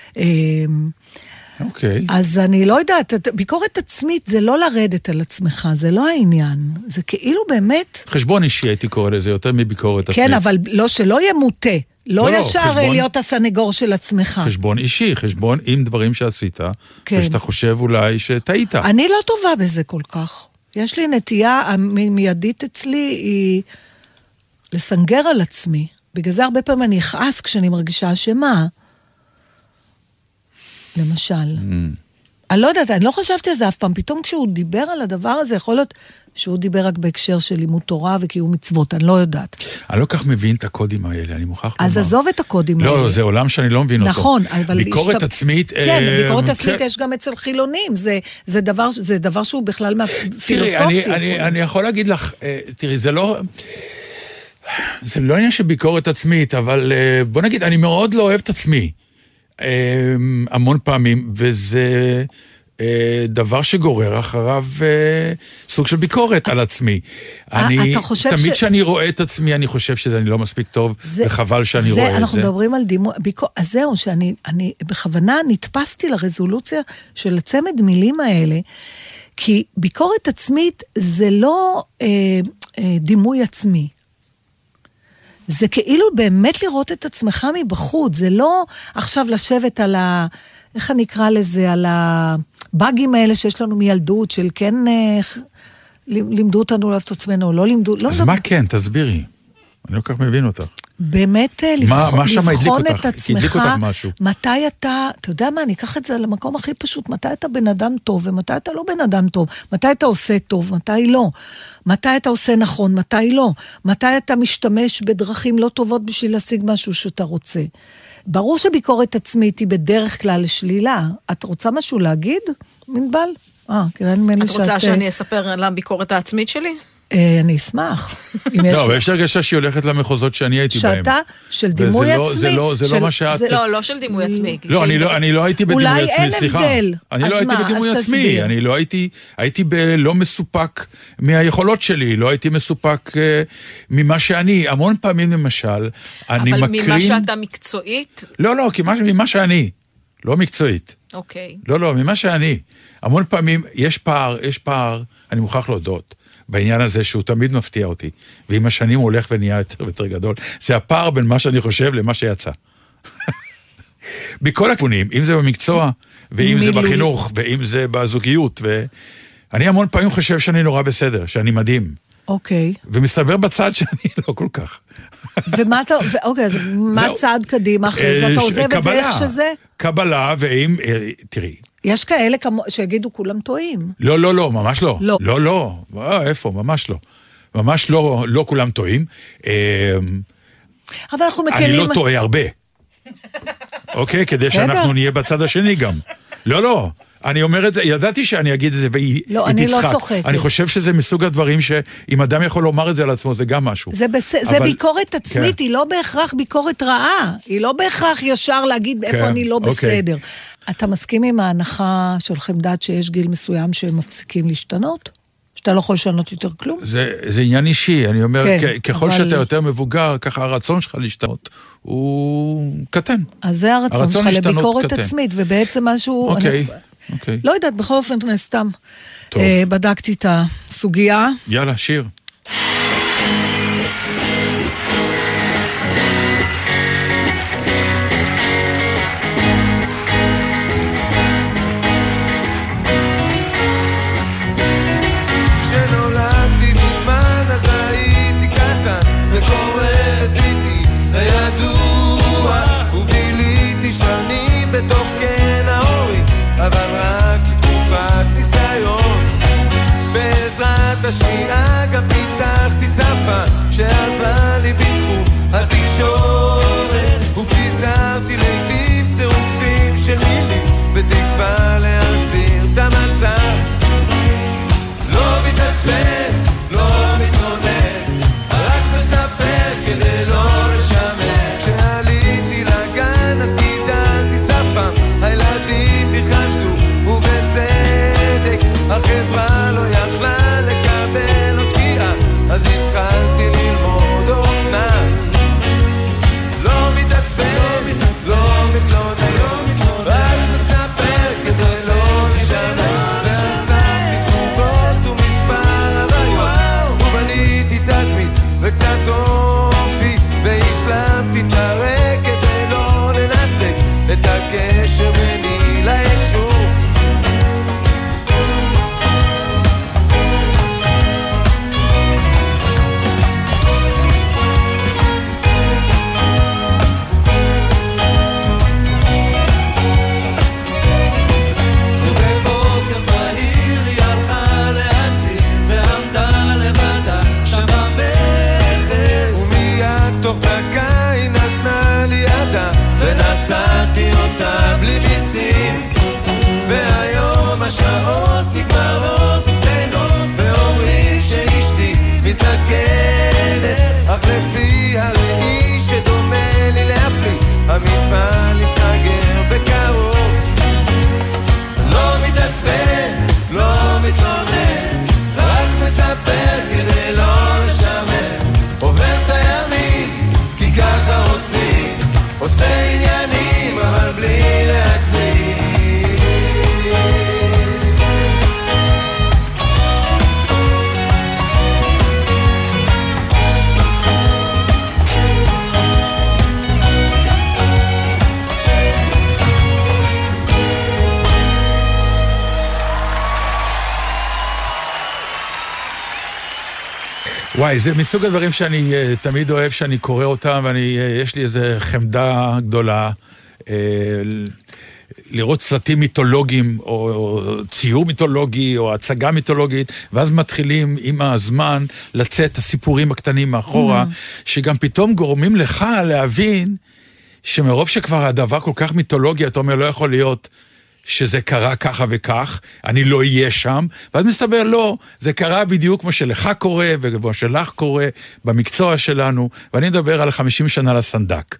אוקיי. אז אני לא יודעת, ביקורת עצמית זה לא לרדת על עצמך, זה לא העניין, זה כאילו באמת... חשבון אישי הייתי קורא לזה, יותר מביקורת עצמית. כן, אבל לא, שלא יהיה מוטה. לא ישר להיות הסנגור של עצמך. חשבון אישי, חשבון עם דברים שעשית, ושאתה חושב אולי שטעית. אני לא טובה בזה כל כך. יש לי נטייה מיידית אצלי, היא לסנגר על עצמי. בגלל זה הרבה פעמים אני אכעס כשאני מרגישה אשמה. למשל. אני לא יודעת, אני לא חשבתי על זה אף פעם, פתאום כשהוא דיבר על הדבר הזה, יכול להיות שהוא דיבר רק בהקשר של לימוד תורה וקיום מצוות, אני לא יודעת. אני לא כך מבין את הקודים האלה, אני מוכרח לומר. אז עזוב את הקודים האלה. לא, זה עולם שאני לא מבין אותו. נכון, אבל... ביקורת עצמית... כן, ביקורת עצמית יש גם אצל חילונים, זה דבר שהוא בכלל פילוסופי. תראי, אני יכול להגיד לך, תראי, זה לא עניין של ביקורת עצמית, אבל בוא נגיד, אני מאוד לא אוהב את עצמי. המון פעמים, וזה דבר שגורר אחריו סוג של ביקורת על עצמי. תמיד שאני רואה את עצמי, אני חושב שאני לא מספיק טוב, וחבל שאני רואה את זה. אנחנו מדברים על דימוי, אז זהו, שאני בכוונה נתפסתי לרזולוציה של הצמד מילים האלה, כי ביקורת עצמית זה לא דימוי עצמי. זה כאילו באמת לראות את עצמך מבחוץ, זה לא עכשיו לשבת על איך אני אקרא לזה, על הבאגים האלה שיש לנו מילדות, של כן לימדו אותנו לאהוב את עצמנו, או לא לימדו... אז מה כן? תסבירי. אני לא כך מבין אותך. באמת לבחון את עצמך, מתי אתה יודע מה, אני אקח את זה למקום הכי פשוט, מתי אתה בן אדם טוב, ומתי אתה לא בן אדם טוב, מתי אתה עושה טוב, מתי לא, מתי אתה עושה נכון, מתי לא, מתי אתה משתמש בדרכים לא טובות בשביל להשיג משהו שאתה רוצה. ברור שביקורת עצמית היא בדרך כלל לשלילה. את רוצה משהו להגיד? מנבל? את רוצה שאני אספר על הביקורת העצמית שלי? אני אשמח. לא, אבל יש הרגשה שהיא הולכת למחוזות שאני הייתי בהם. שאתה, של דימוי עצמי. זה לא מה שאת... לא של דימוי עצמי. לא, אני לא הייתי בדימוי עצמי, סליחה. אולי אין הבדל. אני לא הייתי בדימוי עצמי. אני לא הייתי לא מסופק מהיכולות שלי, לא הייתי מסופק ממה שאני. המון פעמים למשל, אני מקרין... אבל ממה שאתה מקצועית? לא, ממה שאני. לא מקצועית. אוקיי. לא, ממה שאני. המון פעמים יש פער, אני מוכרח להודות. בעניין הזה שהוא תמיד מפתיע אותי, ועם השנים הוא הולך ונהיה יותר ויותר גדול, זה הפער בין מה שאני חושב למה שיצא. בכל הכיוונים, אם זה במקצוע, ואם זה בחינוך, ואם זה בזוגיות, ואני המון פעמים חושב שאני נורא בסדר, שאני מדהים. אוקיי. ומסתבר בצד שאני לא כל כך. אוקיי, אז מה צעד קדימה אחרי זה? אתה עוזב את זה איך שזה? קבלה, ואם, תראי, יש כאלה שיגידו כולם טועים. לא, ממש לא. לא. איפה? ממש לא. ממש לא כולם טועים. אבל אנחנו מקלים... אני לא טועה הרבה. אוקיי? כדי שאנחנו נהיה בצד השני גם. לא. אני אומר את זה, ידעתי שאני אגיד את זה, והיא תצחק. לא, אני לא צוחקת. אני חושב שזה מסוג הדברים שאם אדם יכול לומר את זה על עצמו, זה גם משהו. זה ביקורת עצמית, היא לא בהכרח ביקורת רעה. היא לא בהכרח ישר להגיד איפה אני לא בסדר. אתה מסכים עם ההנחה שלכם דעת שיש גיל מסוים שהם מפסיקים להשתנות? שאתה לא יכול לשנות יותר כלום? זה עניין אישי, אני אומר, ככל שאתה יותר מבוגר, ככה הרצון שלך להשתנות, הוא קטן. אז זה הרצון שלך לביקורת עצמית, ובעצם משהו... אוקיי. לא יודעת, בכל אופן, סתם בדקתי את הסוגיה. יאללה, שיר. השנייה גם פיתחתי שפה שעזרה לי בתחום התקשורת ופיזרתי לעתים צירופים של מילים בתקווה להסביר את המצב לא מתעצבן, לא מתלונן רק מספר כדי לא לשמר כשעליתי לגן אז גידלתי שפה הילדים יחשדו ובצדק החברה לא יכלה אז התחלתי ללמוד וואי, זה מסוג הדברים שאני תמיד אוהב, שאני קורא אותם, ויש לי איזו חמדה גדולה, לראות סרטים מיתולוגיים, או ציור מיתולוגי, או הצגה מיתולוגית, ואז מתחילים עם הזמן לצאת הסיפורים הקטנים מאחורה, שגם פתאום גורמים לך להבין, שמרוב שכבר הדבר כל כך מיתולוגי, אתה אומר, לא יכול להיות שזה קרה ככה וכך, אני לא אהיה שם, ואז מסתבר, לא, זה קרה בדיוק כמו שלך קורה, וכמו שלך קורה, במקצוע שלנו, ואני מדבר על 50 שנה לסנדק.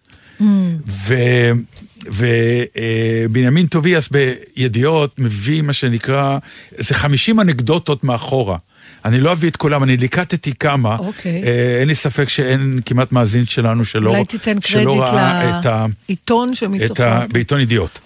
ובנימין טוביאס בידיעות מביא מה שנקרא, זה 50 אנקדוטות מאחורה. אני לא אביא את כולם, אני ליקטתי כמה, אין לי ספק שאין כמעט מאזין שלנו שלא אולי תיתן קרדיט לעיתון שמתוכו. בעיתון ידיעות.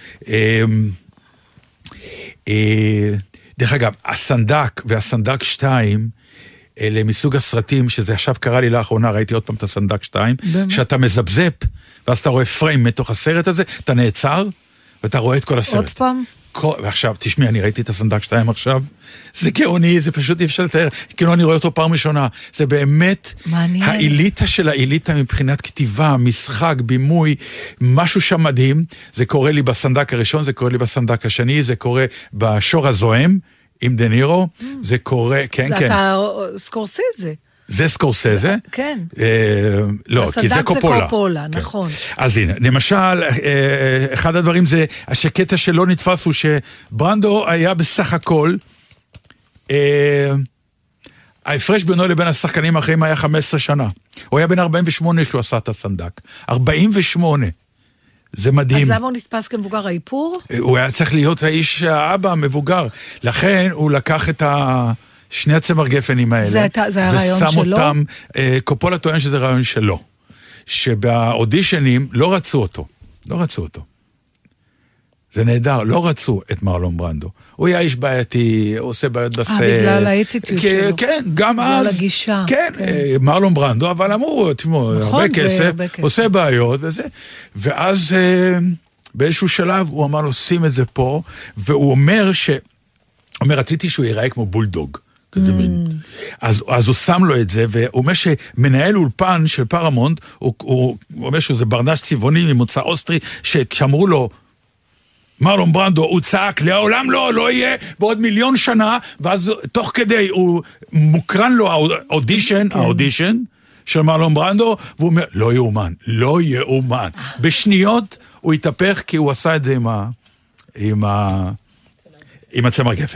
דרך אגב, הסנדק והסנדק 2, אלה מסוג הסרטים, שזה עכשיו קרה לי לאחרונה, ראיתי עוד פעם את הסנדק 2, שאתה מזבזפ, ואז אתה רואה פריים מתוך הסרט הזה, אתה נעצר, ואתה רואה את כל הסרט. עוד פעם? ועכשיו, תשמעי, אני ראיתי את הסנדק 2 עכשיו, זה גאוני, זה פשוט אי אפשר לתאר, כאילו אני רואה אותו פעם ראשונה, זה באמת האליטה של האליטה מבחינת כתיבה, משחק, בימוי, משהו שם מדהים, זה קורה לי בסנדק הראשון, זה קורה לי בסנדק השני, זה קורה בשור הזוהם, עם דנירו, זה קורה, כן, כן. אתה סקורסזה. זה סקורסזה? כן. לא, כי זה קופולה. זה קופולה, נכון. אז הנה, למשל, אחד הדברים זה, השקטע שלא נתפס הוא שברנדו היה בסך הכל, ההפרש בינו לבין השחקנים האחרים היה 15 שנה. הוא היה בן 48 שהוא עשה את הסנדק. 48. זה מדהים. אז למה הוא נתפס כמבוגר האיפור? הוא היה צריך להיות האיש האבא המבוגר. לכן הוא לקח את שני הצמר גפנים האלה. זה הרעיון שלו? ושם אותם, קופולה טוען שזה רעיון שלו. שבאודישנים לא רצו אותו. לא רצו אותו. זה נהדר, לא רצו את מרלון ברנדו. הוא היה איש בעייתי, הוא עושה בעיות בסט. בגלל האטיטיוד שלו. כן, גם אז. בגלל הגישה. כן, מרלון ברנדו, אבל אמרו, הרבה כסף, עושה בעיות וזה. ואז באיזשהו שלב הוא אמר לו, שים את זה פה, והוא אומר רציתי שהוא ייראה כמו בולדוג. אז הוא שם לו את זה, והוא אומר שמנהל אולפן של פרמונט, הוא אומר שזה ברנש צבעוני ממוצא אוסטרי, שכשאמרו לו, מרלון ברנדו, הוא צעק, לעולם לא יהיה בעוד 1,000,000 שנה, ואז תוך כדי הוא מוקרן לו האודישן של מרלון ברנדו, והוא אומר, לא יאומן. בשניות הוא התהפך, כי הוא עשה את זה עם הצמר גפן.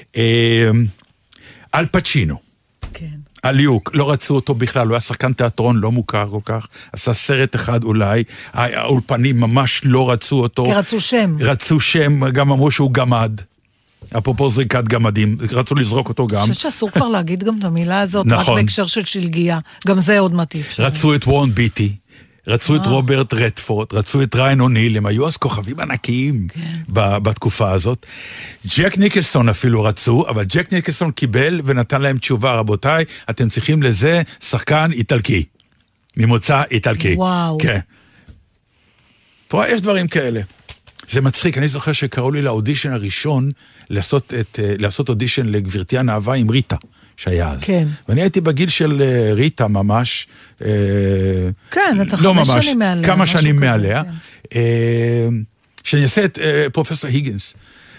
אל פצ'ינו. כן. אליוק, לא רצו אותו בכלל, הוא היה שחקן תיאטרון, לא מוכר כל כך, עשה סרט אחד אולי, האולפנים ממש לא רצו אותו. כי רצו שם. רצו שם, גם אמרו שהוא גמד. אפרופו זריקת גמדים, רצו לזרוק אותו גם. אני חושבת שאסור כבר להגיד גם את המילה הזאת, נכון. רק בהקשר של שלגיה, גם זה עוד מטיף. רצו את וורן ביטי. רצו את רוברט רדפורד, רצו את ריין אוניל, הם היו אז כוכבים ענקיים בתקופה הזאת. ג'ק ניקלסון אפילו רצו, אבל ג'ק ניקלסון קיבל ונתן להם תשובה, רבותיי, אתם צריכים לזה שחקן איטלקי, ממוצא איטלקי. וואו. כן. אתה רואה, יש דברים כאלה. זה מצחיק, אני זוכר שקראו לי לאודישן הראשון, לעשות אודישן לגברתי הנאווה עם ריטה. שהיה אז. כן. ואני הייתי בגיל של ריטה ממש. כן, אתה 5 שנים מעליה. כמה שנים מעליה. כן. שאני אעשה את פרופסור היגינס.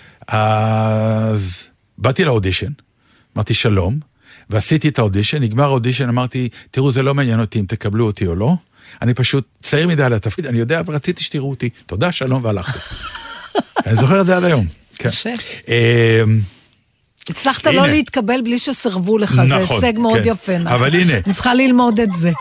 אז באתי לאודישן, אמרתי שלום, ועשיתי את האודישן, נגמר האודישן, אמרתי, תראו, זה לא מעניין אותי אם תקבלו אותי או לא, אני פשוט צעיר מדי על התפקיד, אני יודע, אבל רציתי שתראו אותי, תודה, שלום, והלכתי. אני זוכר את זה עד היום. כן. הצלחת לא להתקבל בלי שסרבו לך, זה הישג מאוד יפה. אבל הנה. אני צריכה ללמוד את זה.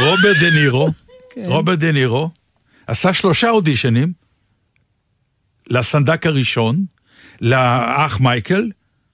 רוברט דנירו, עשה 3 אודישנים, לסנדק הראשון, לאח מייקל,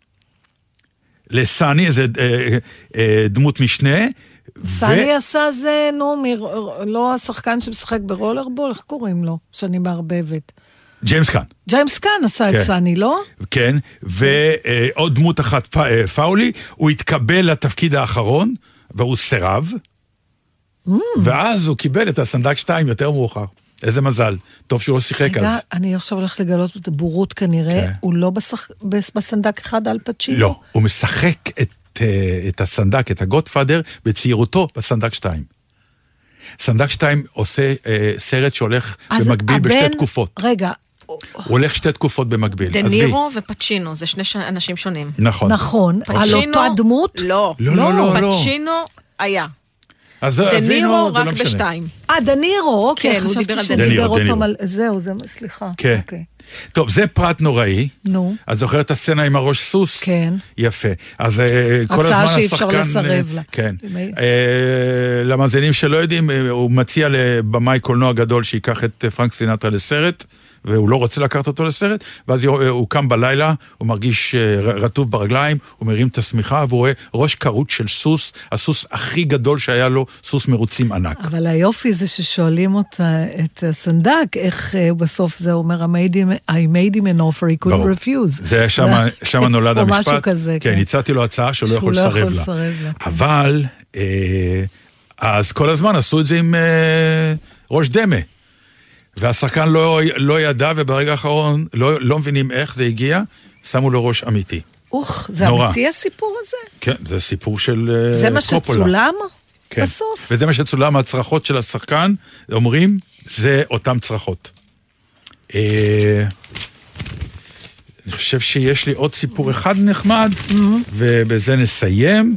לסני, איזה דמות משנה. סני עשה זה, לא השחקן שמשחק ברולרבול, איך קוראים לו? שאני מערבבת. ג'יימס קאן. ג'יימס קאן עשה את סני, לא? כן, ועוד דמות אחת, פאולי, הוא התקבל לתפקיד האחרון, והוא סירב, ואז הוא קיבל את הסנדק 2 יותר מאוחר. איזה מזל, טוב שהוא לא שיחק אז. אני עכשיו הולך לגלות את הבורות כנראה, הוא לא בסנדק אחד על פצ'ינו? לא, הוא משחק את את הסנדק, את הגוטפאדר, בצעירותו בסנדק 2. סנדק 2 עושה סרט שהולך במקביל בשתי תקופות. רגע. הוא הולך שתי תקופות במקביל. דנירו ופצ'ינו, זה שני אנשים שונים. נכון. נכון. על אותה דמות? לא. פצ'ינו היה. דנירו רק בשתיים. דנירו, אוקיי. כן, הוא דיבר על דנירו. זהו, סליחה. כן. טוב, זה פרט נוראי. נו. את זוכרת את הסצנה עם הראש סוס? כן. יפה. אז כל הזמן השחקן... הצעה שאי אפשר לסרב לה. כן. למאזינים שלא יודעים, הוא מציע לבמאי קולנוע גדול שיקח את פרנק סינטרה לסרט, והוא לא רוצה לקחת אותו לסרט, ואז הוא קם בלילה, הוא מרגיש רטוב ברגליים, הוא מרים את השמיכה, והוא רואה ראש קרוט של סוס, הסוס הכי גדול שהיה לו, סוס מרוצים ענק. אבל היופי זה ששואלים אותה את הסנדק, איך בסוף זה אומר, I made him an offer, he couldn't refuse. זה שם נולד המשפט. או משהו כזה. כן, הצעתי לו הצעה שהוא לא יכול לסרב לה. אבל, אז כל הזמן עשו את זה עם ראש דמה. והשחקן לא ידע, וברגע האחרון לא מבינים איך זה הגיע, שמו לו ראש אמיתי. זה אמיתי הסיפור הזה? כן, זה סיפור של קופולה. זה מה שצולם בסוף? וזה מה שצולם, הצרחות של השחקן, אומרים, זה אותם צרחות. אני חושב שיש לי עוד סיפור אחד נחמד, ובזה נסיים.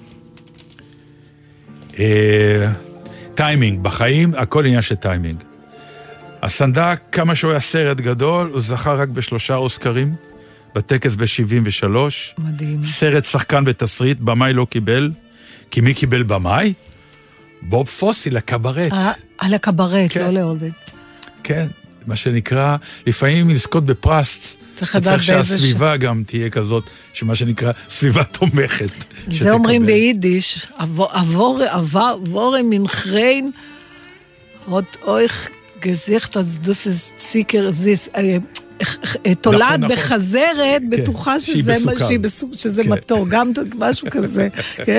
טיימינג, בחיים, הכל עניין של טיימינג. הסנדק, כמה שהוא היה סרט גדול, הוא זכה רק ב3 אוסקרים, בטקס ב-73. מדהים. סרט שחקן בתסריט, במאי לא קיבל, כי מי קיבל במאי? בוב פוסי, לקברט. על הקברט, לא לעודד. כן, מה שנקרא, לפעמים לזכות בפרס, צריך שהסביבה גם תהיה כזאת, שמה שנקרא סביבה תומכת. זה אומרים ביידיש, עבורם מנחריין, עוד אויך, גזיכט, אז das ist sicher, תולד בחזרת, בטוחה שזה מתוק, גם משהו כזה.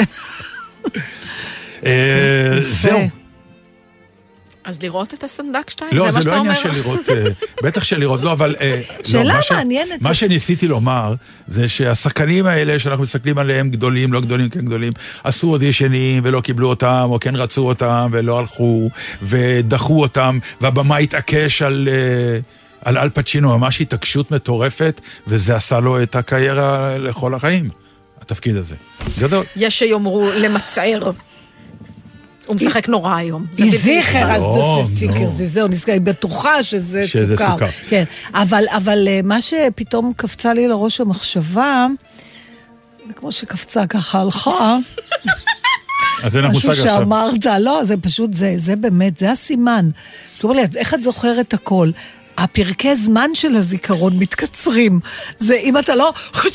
זהו. אז לראות את הסנדק 2? לא, זה לא עניין של לראות, בטח של לראות, לא, אבל... שאלה מעניינת. מה שניסיתי לומר, זה שהשחקנים האלה, שאנחנו מסתכלים עליהם גדולים, לא גדולים, כן גדולים, עשו אודישנים ולא קיבלו אותם, או כן רצו אותם ולא הלכו, ודחו אותם, והבמה התעקש על אל פצ'ינו, ממש התעקשות מטורפת, וזה עשה לו את הקריירה לכל החיים, התפקיד הזה. גדול. יש שיאמרו למצער. הוא משחק נורא היום. זיכר, אז זה סטיקר, זהו, היא בטוחה שזה סוכר. כן, אבל מה שפתאום קפצה לי לראש המחשבה, זה כמו שקפצה ככה הלכה, משהו שאמרת, לא, זה פשוט, זה באמת, זה הסימן. תאמר לי, איך את זוכרת הכל? הפרקי זמן של הזיכרון מתקצרים. זה, אם אתה לא...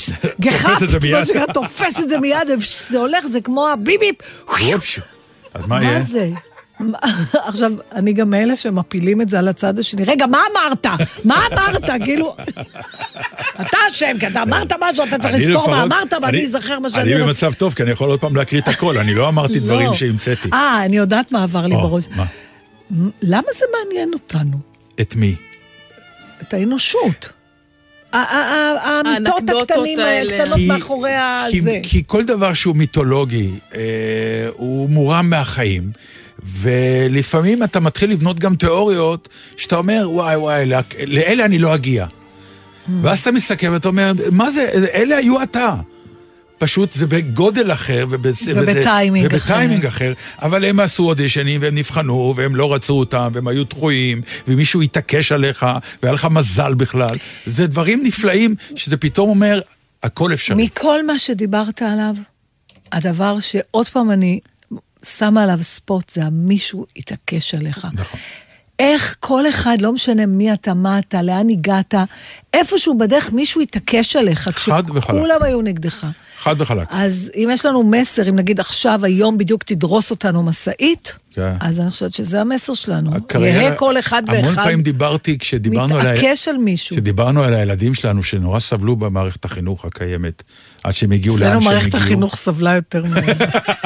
תופס את זה מיד, זה הולך, זה כמו הביביפ. אז מה יהיה? מה זה? עכשיו, אני גם מאלה שמפילים את זה על הצד השני. רגע, מה אמרת? מה אמרת? כאילו... אתה אשם, כי אתה אמרת משהו, אתה צריך לזכור מה אמרת, ואני אזכר מה שאני אני במצב טוב, כי אני יכול עוד פעם להקריא את הכל. אני לא אמרתי דברים שהמצאתי. אני יודעת מה עבר לי בראש. למה זה מעניין אותנו? את מי? את האנושות. האמיתות הקטנים, הקטנות מאחורי הזה. כי כל דבר שהוא מיתולוגי, הוא מורם מהחיים, ולפעמים אתה מתחיל לבנות גם תיאוריות, שאתה אומר, וואי, לאלה אני לא אגיע. ואז אתה מסתכל ואתה אומר, מה זה, אלה היו אתה. פשוט זה בגודל אחר ובטיימינג אחר, אבל הם עשו אודישנים והם נבחנו והם לא רצו אותם והם היו דחויים ומישהו התעקש עליך והיה לך מזל בכלל. זה דברים נפלאים שזה פתאום אומר הכל אפשרי. מכל מה שדיברת עליו, הדבר שעוד פעם אני שמה עליו ספוט זה מישהו התעקש עליך. נכון. איך כל אחד, לא משנה מי אתה, מה אתה, לאן הגעת, איפשהו בדרך מישהו התעקש עליך, כשכולם היו נגדך. חד וחלק. אז אם יש לנו מסר, אם נגיד עכשיו, היום בדיוק תדרוס אותנו מסעית, אז אני חושבת שזה המסר שלנו. יהיה כל אחד ואחד. המון פעמים דיברתי, מתעקש על מישהו. כשדיברנו על הילדים שלנו, שנורא סבלו במערכת החינוך הקיימת, עד שהם הגיעו לאן שהם הגיעו. מערכת החינוך סבלה יותר מאוד.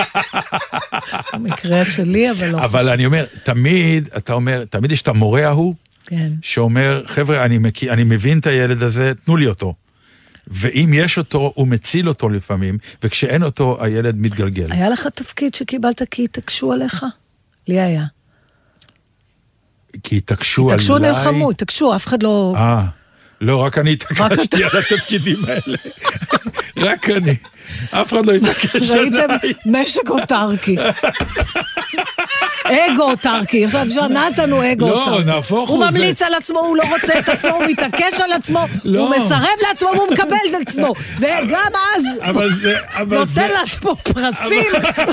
המקרה שלי, אבל לא. אבל אני אומר, תמיד יש את המורה ההוא, שאומר, חבר'ה, אני מבין את הילד הזה, תנו לי אותו. ואם יש אותו, הוא מציל אותו לפעמים, וכשאין אותו, הילד מתגלגל. היה לך תפקיד שקיבלת כי התעקשו עליך? לי היה. כי התעקשו עליי... התעקשו נלחמו, התעקשו, אף אחד לא... לא, רק אני התעקשתי על התפקידים האלה. רק אני. אף אחד לא התעקש עליי. ראיתם משק אוטרקי. אגו אוטרקי. עכשיו נתן הוא אגו אוטרקי. לא, נהפוך הוא ממליץ על עצמו, הוא לא רוצה את עצמו, הוא מתעקש על עצמו, הוא מסרב לעצמו, הוא מקבל את עצמו. וגם אז נותן לעצמו פרסים.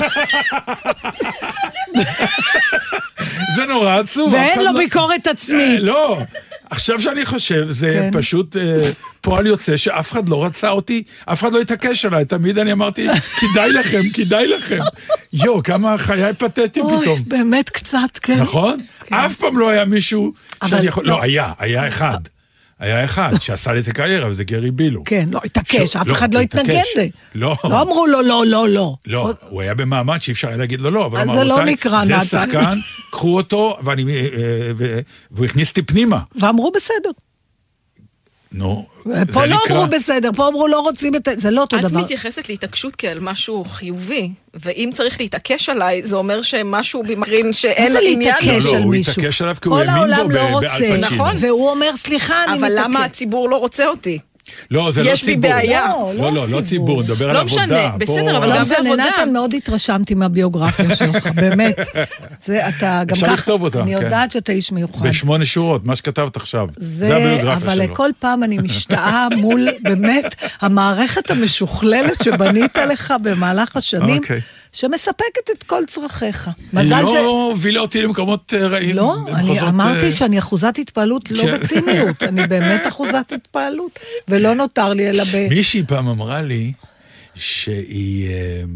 זה נורא עצוב. ואין לו ביקורת עצמית. לא. עכשיו שאני חושב, זה פשוט פועל יוצא שאף אחד לא רצה אותי, אף אחד לא התעקש עליי, תמיד אני אמרתי, כדאי לכם, כדאי לכם. כמה חיי פתטי פתאום. באמת קצת, כן. נכון? אף פעם לא היה מישהו שאני יכול... לא, היה אחד. היה אחד שעשה לי את הקריירה, וזה גרי בילו. כן, לא התעקש, אף אחד לא התנגד לי. לא. לא אמרו לו, לא, לא, לא. לא, הוא היה במעמד שאי אפשר היה להגיד לו לא. אז זה לא נקרא נתן. זה שחקן, קחו אותו, והוא הכניס אותי פנימה. ואמרו בסדר. נו, פה לא אמרו בסדר, פה אמרו לא רוצים את... זה לא אותו דבר. את מתייחסת להתעקשות כאל משהו חיובי, ואם צריך להתעקש עליי, זה אומר שמשהו במקרין שאין לו עניין. להתעקש על מישהו. הוא התעקש עליו כי הוא האמין בו באלפצ'ינו. נכון. והוא אומר, סליחה, אני מתעקש. אבל למה הציבור לא רוצה אותי? לא, זה לא ציבור. יש בי בעיה. לא ציבור, נדבר על עבודה. לא משנה, בסדר, אבל גם בעבודה. נתן, מאוד התרשמתי מהביוגרפיה שלך, באמת. אתה גם אפשר לכתוב אותה. אני יודעת שאתה איש מיוחד. ב8 שורות, מה שכתבת עכשיו. זה הביוגרפיה שלו. אבל כל פעם אני משתאה מול, באמת, המערכת המשוכללת שבנית לך במהלך השנים, שמספקת את כל צרכיך. לא הובילה אותי למקומות רעים. לא, אני אמרתי שאני אחוזת התפעלות לא בציניות, אני באמת אחוזת התפעלות, ולא נותר לי אלא מישהי פעם אמרה לי שהיא...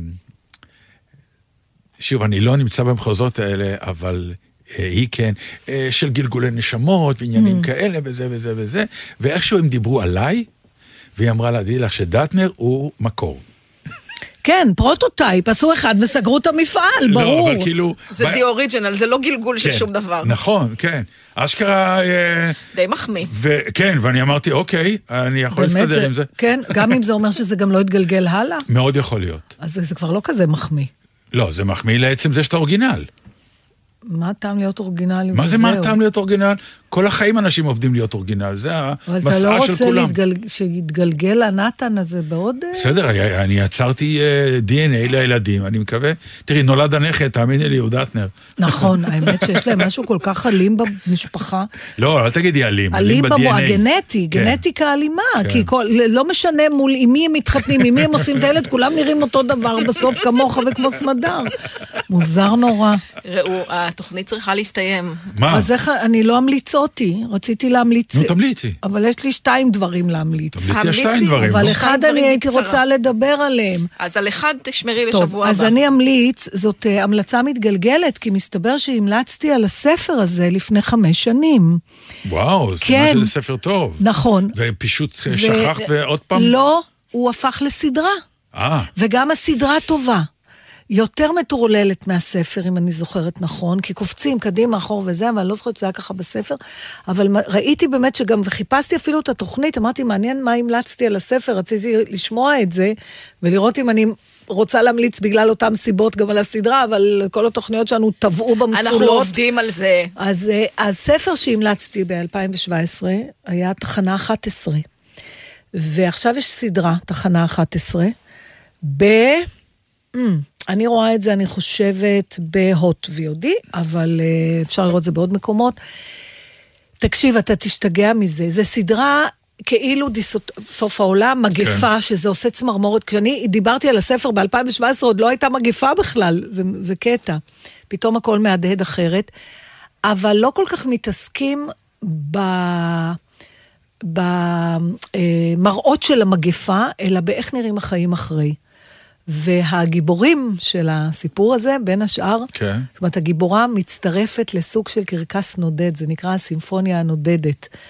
שוב, אני לא נמצא במחוזות האלה, אבל היא כן, של גלגולי נשמות ועניינים כאלה וזה וזה וזה, ואיכשהו הם דיברו עליי, והיא אמרה לה, לך שדטנר הוא מקור. כן, פרוטוטייפ, עשו אחד וסגרו את המפעל, ברור. לא, אבל כאילו... זה די אוריג'ינל, זה לא גלגול של שום דבר. נכון, כן. אשכרה... די מחמיא. כן, ואני אמרתי, אוקיי, אני יכול להסתדר עם זה. כן, גם אם זה אומר שזה גם לא יתגלגל הלאה. מאוד יכול להיות. אז זה כבר לא כזה מחמיא. לא, זה מחמיא לעצם זה שאתה אורגינל. מה טעם להיות אורגינלי? מה זה מה טעם להיות אורגינל? כל החיים אנשים עובדים להיות אורגינל, זה המסעה של כולם. אבל אתה לא רוצה שיתגלגל הנתן הזה בעוד... בסדר, אני יצרתי DNA לילדים, אני מקווה, תראי, נולד הנכד, תאמיני לי, הוא דטנר. נכון, האמת שיש להם משהו כל כך אלים במשפחה. לא, אל תגידי אלים, אלים ב-DNA. הגנטי, גנטיקה אלימה, כי לא משנה מול עם מי הם מתחתנים, עם מי הם עושים את הילד, כולם נראים אותו דבר בסוף כמוך וכמו סמדר. מוזר נורא. ראו, התוכנית צריכה להסתיים. מה? אז איך, אני לא אמליץ אותי, רציתי להמליץ. נו, תמליצי. אבל יש לי 2 דברים להמליץ. תמליצי 2 דברים. אבל אחד אני הייתי רוצה לדבר עליהם. אז על אחד תשמרי לשבוע הבא. טוב, אז אני אמליץ, זאת המלצה מתגלגלת, כי מסתבר שהמלצתי על הספר הזה לפני 5 שנים. וואו, זה מה של ספר טוב. נכון. ופשוט שכחת ועוד פעם? לא, הוא הפך לסדרה. וגם הסדרה טובה. יותר מטורללת מהספר, אם אני זוכרת נכון, כי קופצים קדימה, אחור וזה, אבל אני לא זוכרת שזה היה ככה בספר, אבל ראיתי באמת שגם, וחיפשתי אפילו את התוכנית, אמרתי, מעניין מה המלצתי על הספר, רציתי לשמוע את זה, ולראות אם אני רוצה להמליץ בגלל אותם סיבות גם על הסדרה, אבל כל התוכניות שלנו טבעו במצולות. אנחנו עובדים על זה. אז הספר שהמלצתי ב-2017, היה תחנה 11, ועכשיו יש סדרה, תחנה 11, אני רואה את זה, אני חושבת, בהוט ויודי, אבל אפשר לראות את זה בעוד מקומות. תקשיב, אתה תשתגע מזה. זה סדרה כאילו סוף העולם, מגפה, שזה עושה צמרמורת. כשאני דיברתי על הספר ב-2017, עוד לא הייתה מגפה בכלל, זה קטע. פתאום הכל מהדהד אחרת. אבל לא כל כך מתעסקים במראות של המגפה, אלא באיך נראים החיים אחרי. והגיבורים של הסיפור הזה, בין השאר, זאת אומרת, הגיבורה מצטרפת לסוג של קרקס נודד, זה נקרא הסימפוניה הנודדת.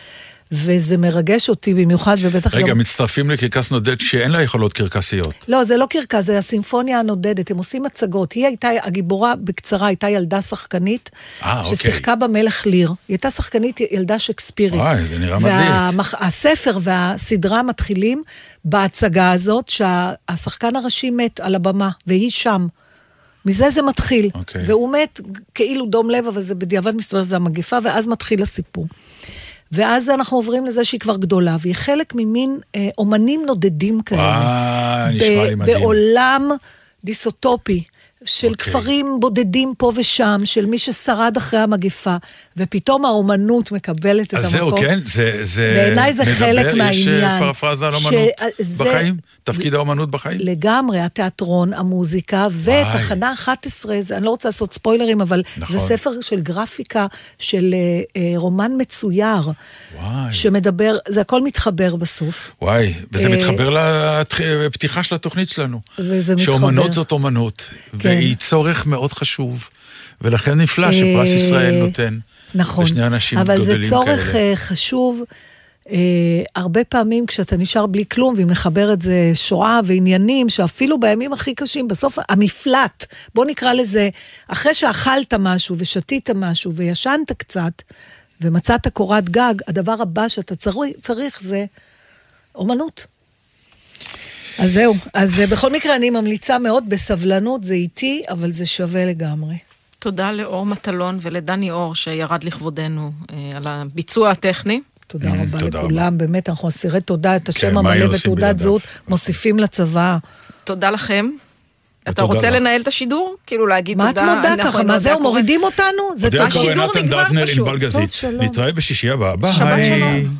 וזה מרגש אותי במיוחד, ובטח רגע, מצטרפים לקרקס נודד שאין לה יכולות קרקסיות. לא, זה לא קרקס, זה הסימפוניה הנודדת, הם עושים הצגות. היא הייתה, הגיבורה בקצרה, הייתה ילדה שחקנית, ששיחקה במלך ליר. היא הייתה שחקנית ילדה שקספירית. זה נראה מדליק. והספר והסדרה מתחילים בהצגה הזאת, שהשחקן הראשי מת על הבמה, והיא שם. מזה זה מתחיל. והוא מת כאילו דום לב, אבל זה בדיעבד מסתבר, זה המגפה, ואז מתחיל הסיפור. ואז אנחנו עוברים לזה שהיא כבר גדולה, והיא חלק ממין אומנים נודדים כאלה. נשמע לי מדהים. בעולם דיסוטופי, של כפרים בודדים פה ושם, של מי ששרד אחרי המגפה, ופתאום האומנות מקבלת את המקום. אז זהו, כן, בעיניי זה חלק מהעניין. יש פרפרזה על אומנות בחיים? תפקיד האומנות בחיים? לגמרי, התיאטרון, המוזיקה, ותחנה 11, אני לא רוצה לעשות ספוילרים, אבל זה ספר של גרפיקה, של רומן מצויר, שמדבר, זה הכל מתחבר בסוף. וואי, וזה מתחבר לפתיחה של התוכנית שלנו. שאומנות זאת אומנות. והיא צורך מאוד חשוב, ולכן נפלא שפרס ישראל נותן לשני אנשים גדולים כאלה. אבל זה צורך חשוב, הרבה פעמים כשאתה נשאר בלי כלום, ואם נחבר את זה שואה ועניינים, שאפילו בימים הכי קשים, בסוף המפלט, בוא נקרא לזה, אחרי שאכלת משהו ושתית משהו וישנת קצת, ומצאת קורת גג, הדבר הבא שאתה צריך זה אומנות. אז זהו, אז בכל מקרה אני ממליצה מאוד בסבלנות, זה איטי, אבל זה שווה לגמרי. תודה לאור מטלון ולדני אור שירד לכבודנו על הביצוע הטכני. תודה רבה לכולם, באמת אנחנו אסירי תודה, את השם המלא ותעודת זהות מוסיפים לצבא. תודה לכם. אתה רוצה לנהל את השידור? כאילו להגיד תודה. מה את מודה ככה? מה זהו, מורידים אותנו? השידור נגמר פשוט. נתראה בשישי הבא. ביי. שבת שלום.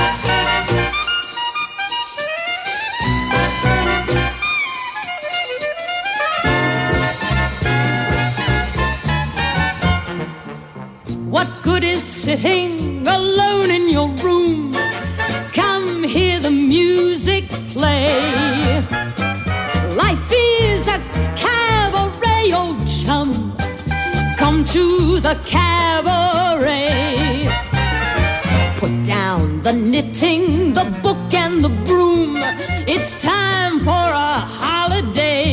What good is sitting alone in your room? Come hear the music play. Life is a cabaret, old chum. Come to the cabaret. Put down the knitting, the book and the broom. It's time for a holiday.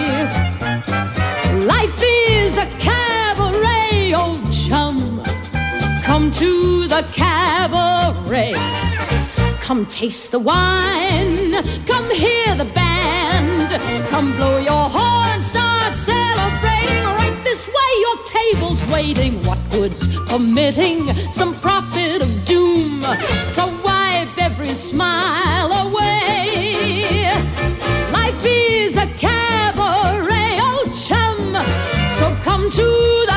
Life is a cabaret, old chum. Come to the cabaret. Come taste the wine. Come hear the band. Come blow your horn. Start celebrating. Right this way, your table's waiting. What good's permitting some prophet of doom to wipe every smile away? Life is a cabaret, old chum. So come to the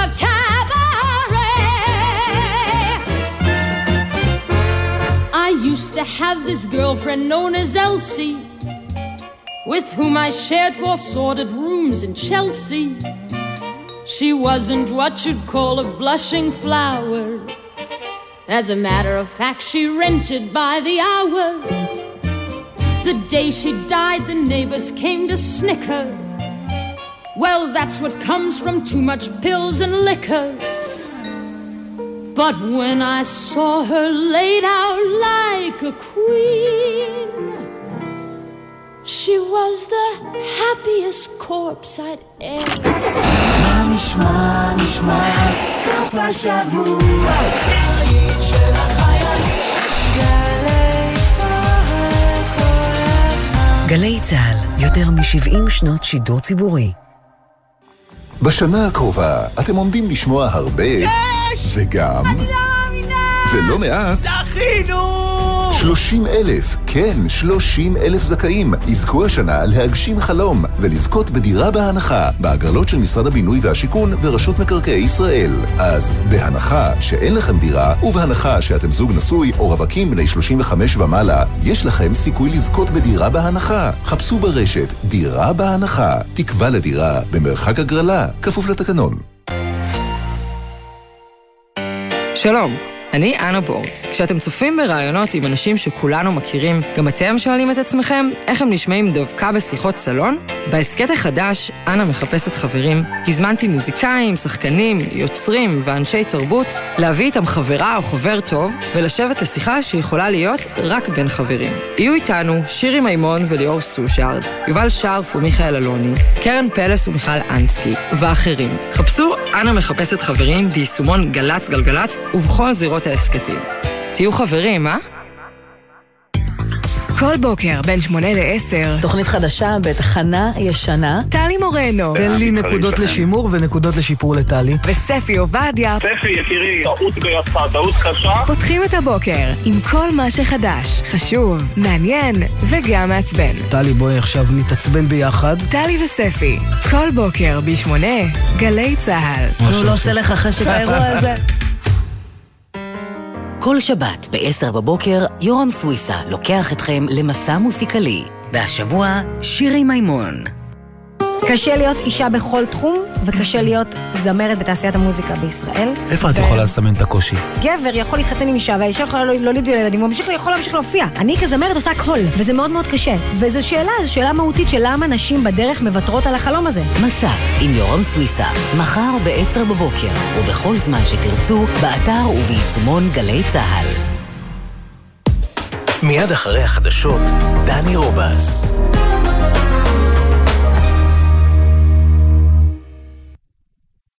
I used to have this girlfriend known as Elsie, with whom I shared 4 sordid rooms in Chelsea. She wasn't what you'd call a blushing flower. As a matter of fact, she rented by the hour. The day she died, the neighbors came to snicker. Well, that's what comes from too much pills and liquor. But when I saw her laid out like a queen, she was the happiest corpse I'd ever. נשמע, נשמע, סוף השבוע, היית של החיילים, גלי צהל כל הזמן. גלי צהל, יותר מ-70 שנות שידור ציבורי. בשנה הקרובה אתם עומדים לשמוע הרבה וגם ולא מעט זכינו 30,000, כן, 30,000 זכאים יזכו השנה להגשים חלום ולזכות בדירה בהנחה בהגרלות של משרד הבינוי והשיכון ורשות מקרקעי ישראל. אז בהנחה שאין לכם דירה ובהנחה שאתם זוג נשוי או רווקים בני 35 ומעלה, יש לכם סיכוי לזכות בדירה בהנחה. חפשו ברשת דירה בהנחה, תקווה לדירה במרחק הגרלה, כפוף לתקנון. שלום, אני אנה בורט. כשאתם צופים ברעיונות עם אנשים שכולנו מכירים, גם אתם שואלים את עצמכם איך הם נשמעים דווקא בשיחות סלון? בהסקט החדש, אנה מחפשת חברים, הזמנתי מוזיקאים, שחקנים, יוצרים ואנשי תרבות להביא איתם חברה או חבר טוב ולשבת לשיחה שיכולה להיות רק בין חברים. יהיו איתנו שירי מימון וליאור סושארד, יובל שרף ומיכאל אלוני, קרן פלס ומיכל אנסקי ואחרים. חפשו אנה מחפשת חברים ביישומון גלץ גלגלץ ובכל זירות ההסקטים. תהיו חברים, אה? כל בוקר בין 8 ל-10 תוכנית חדשה בתחנה ישנה. טלי מורנו. תן לי נקודות לשימור ונקודות לשיפור לטלי. וספי עובדיה. ספי יקירי, טעות בידך, טעות קשה. פותחים את הבוקר עם כל מה שחדש, חשוב, מעניין וגם מעצבן. טלי, בואי עכשיו נתעצבן ביחד. טלי וספי, כל בוקר ב8 גלי צהל. הוא לא עושה לך חשק האירוע הזה. כל שבת ב10 בבוקר, יורם סוויסה לוקח אתכם למסע מוסיקלי. והשבוע, שירי מימון. קשה להיות אישה בכל תחום, וקשה להיות זמרת בתעשיית המוזיקה בישראל. איפה את יכולה לסמן את הקושי? גבר יכול להתחתן עם אישה, והאישה יכולה לא לדעת ילדים, הוא יכול להמשיך להופיע. אני כזמרת עושה הכל, וזה מאוד מאוד קשה. וזו שאלה מהותית של למה נשים בדרך מוותרות על החלום הזה. מסע עם יורם סוויסה, מחר ב10 בבוקר, ובכל זמן שתרצו, באתר וביישומון גלי צהל. מיד אחרי החדשות, דני רובס.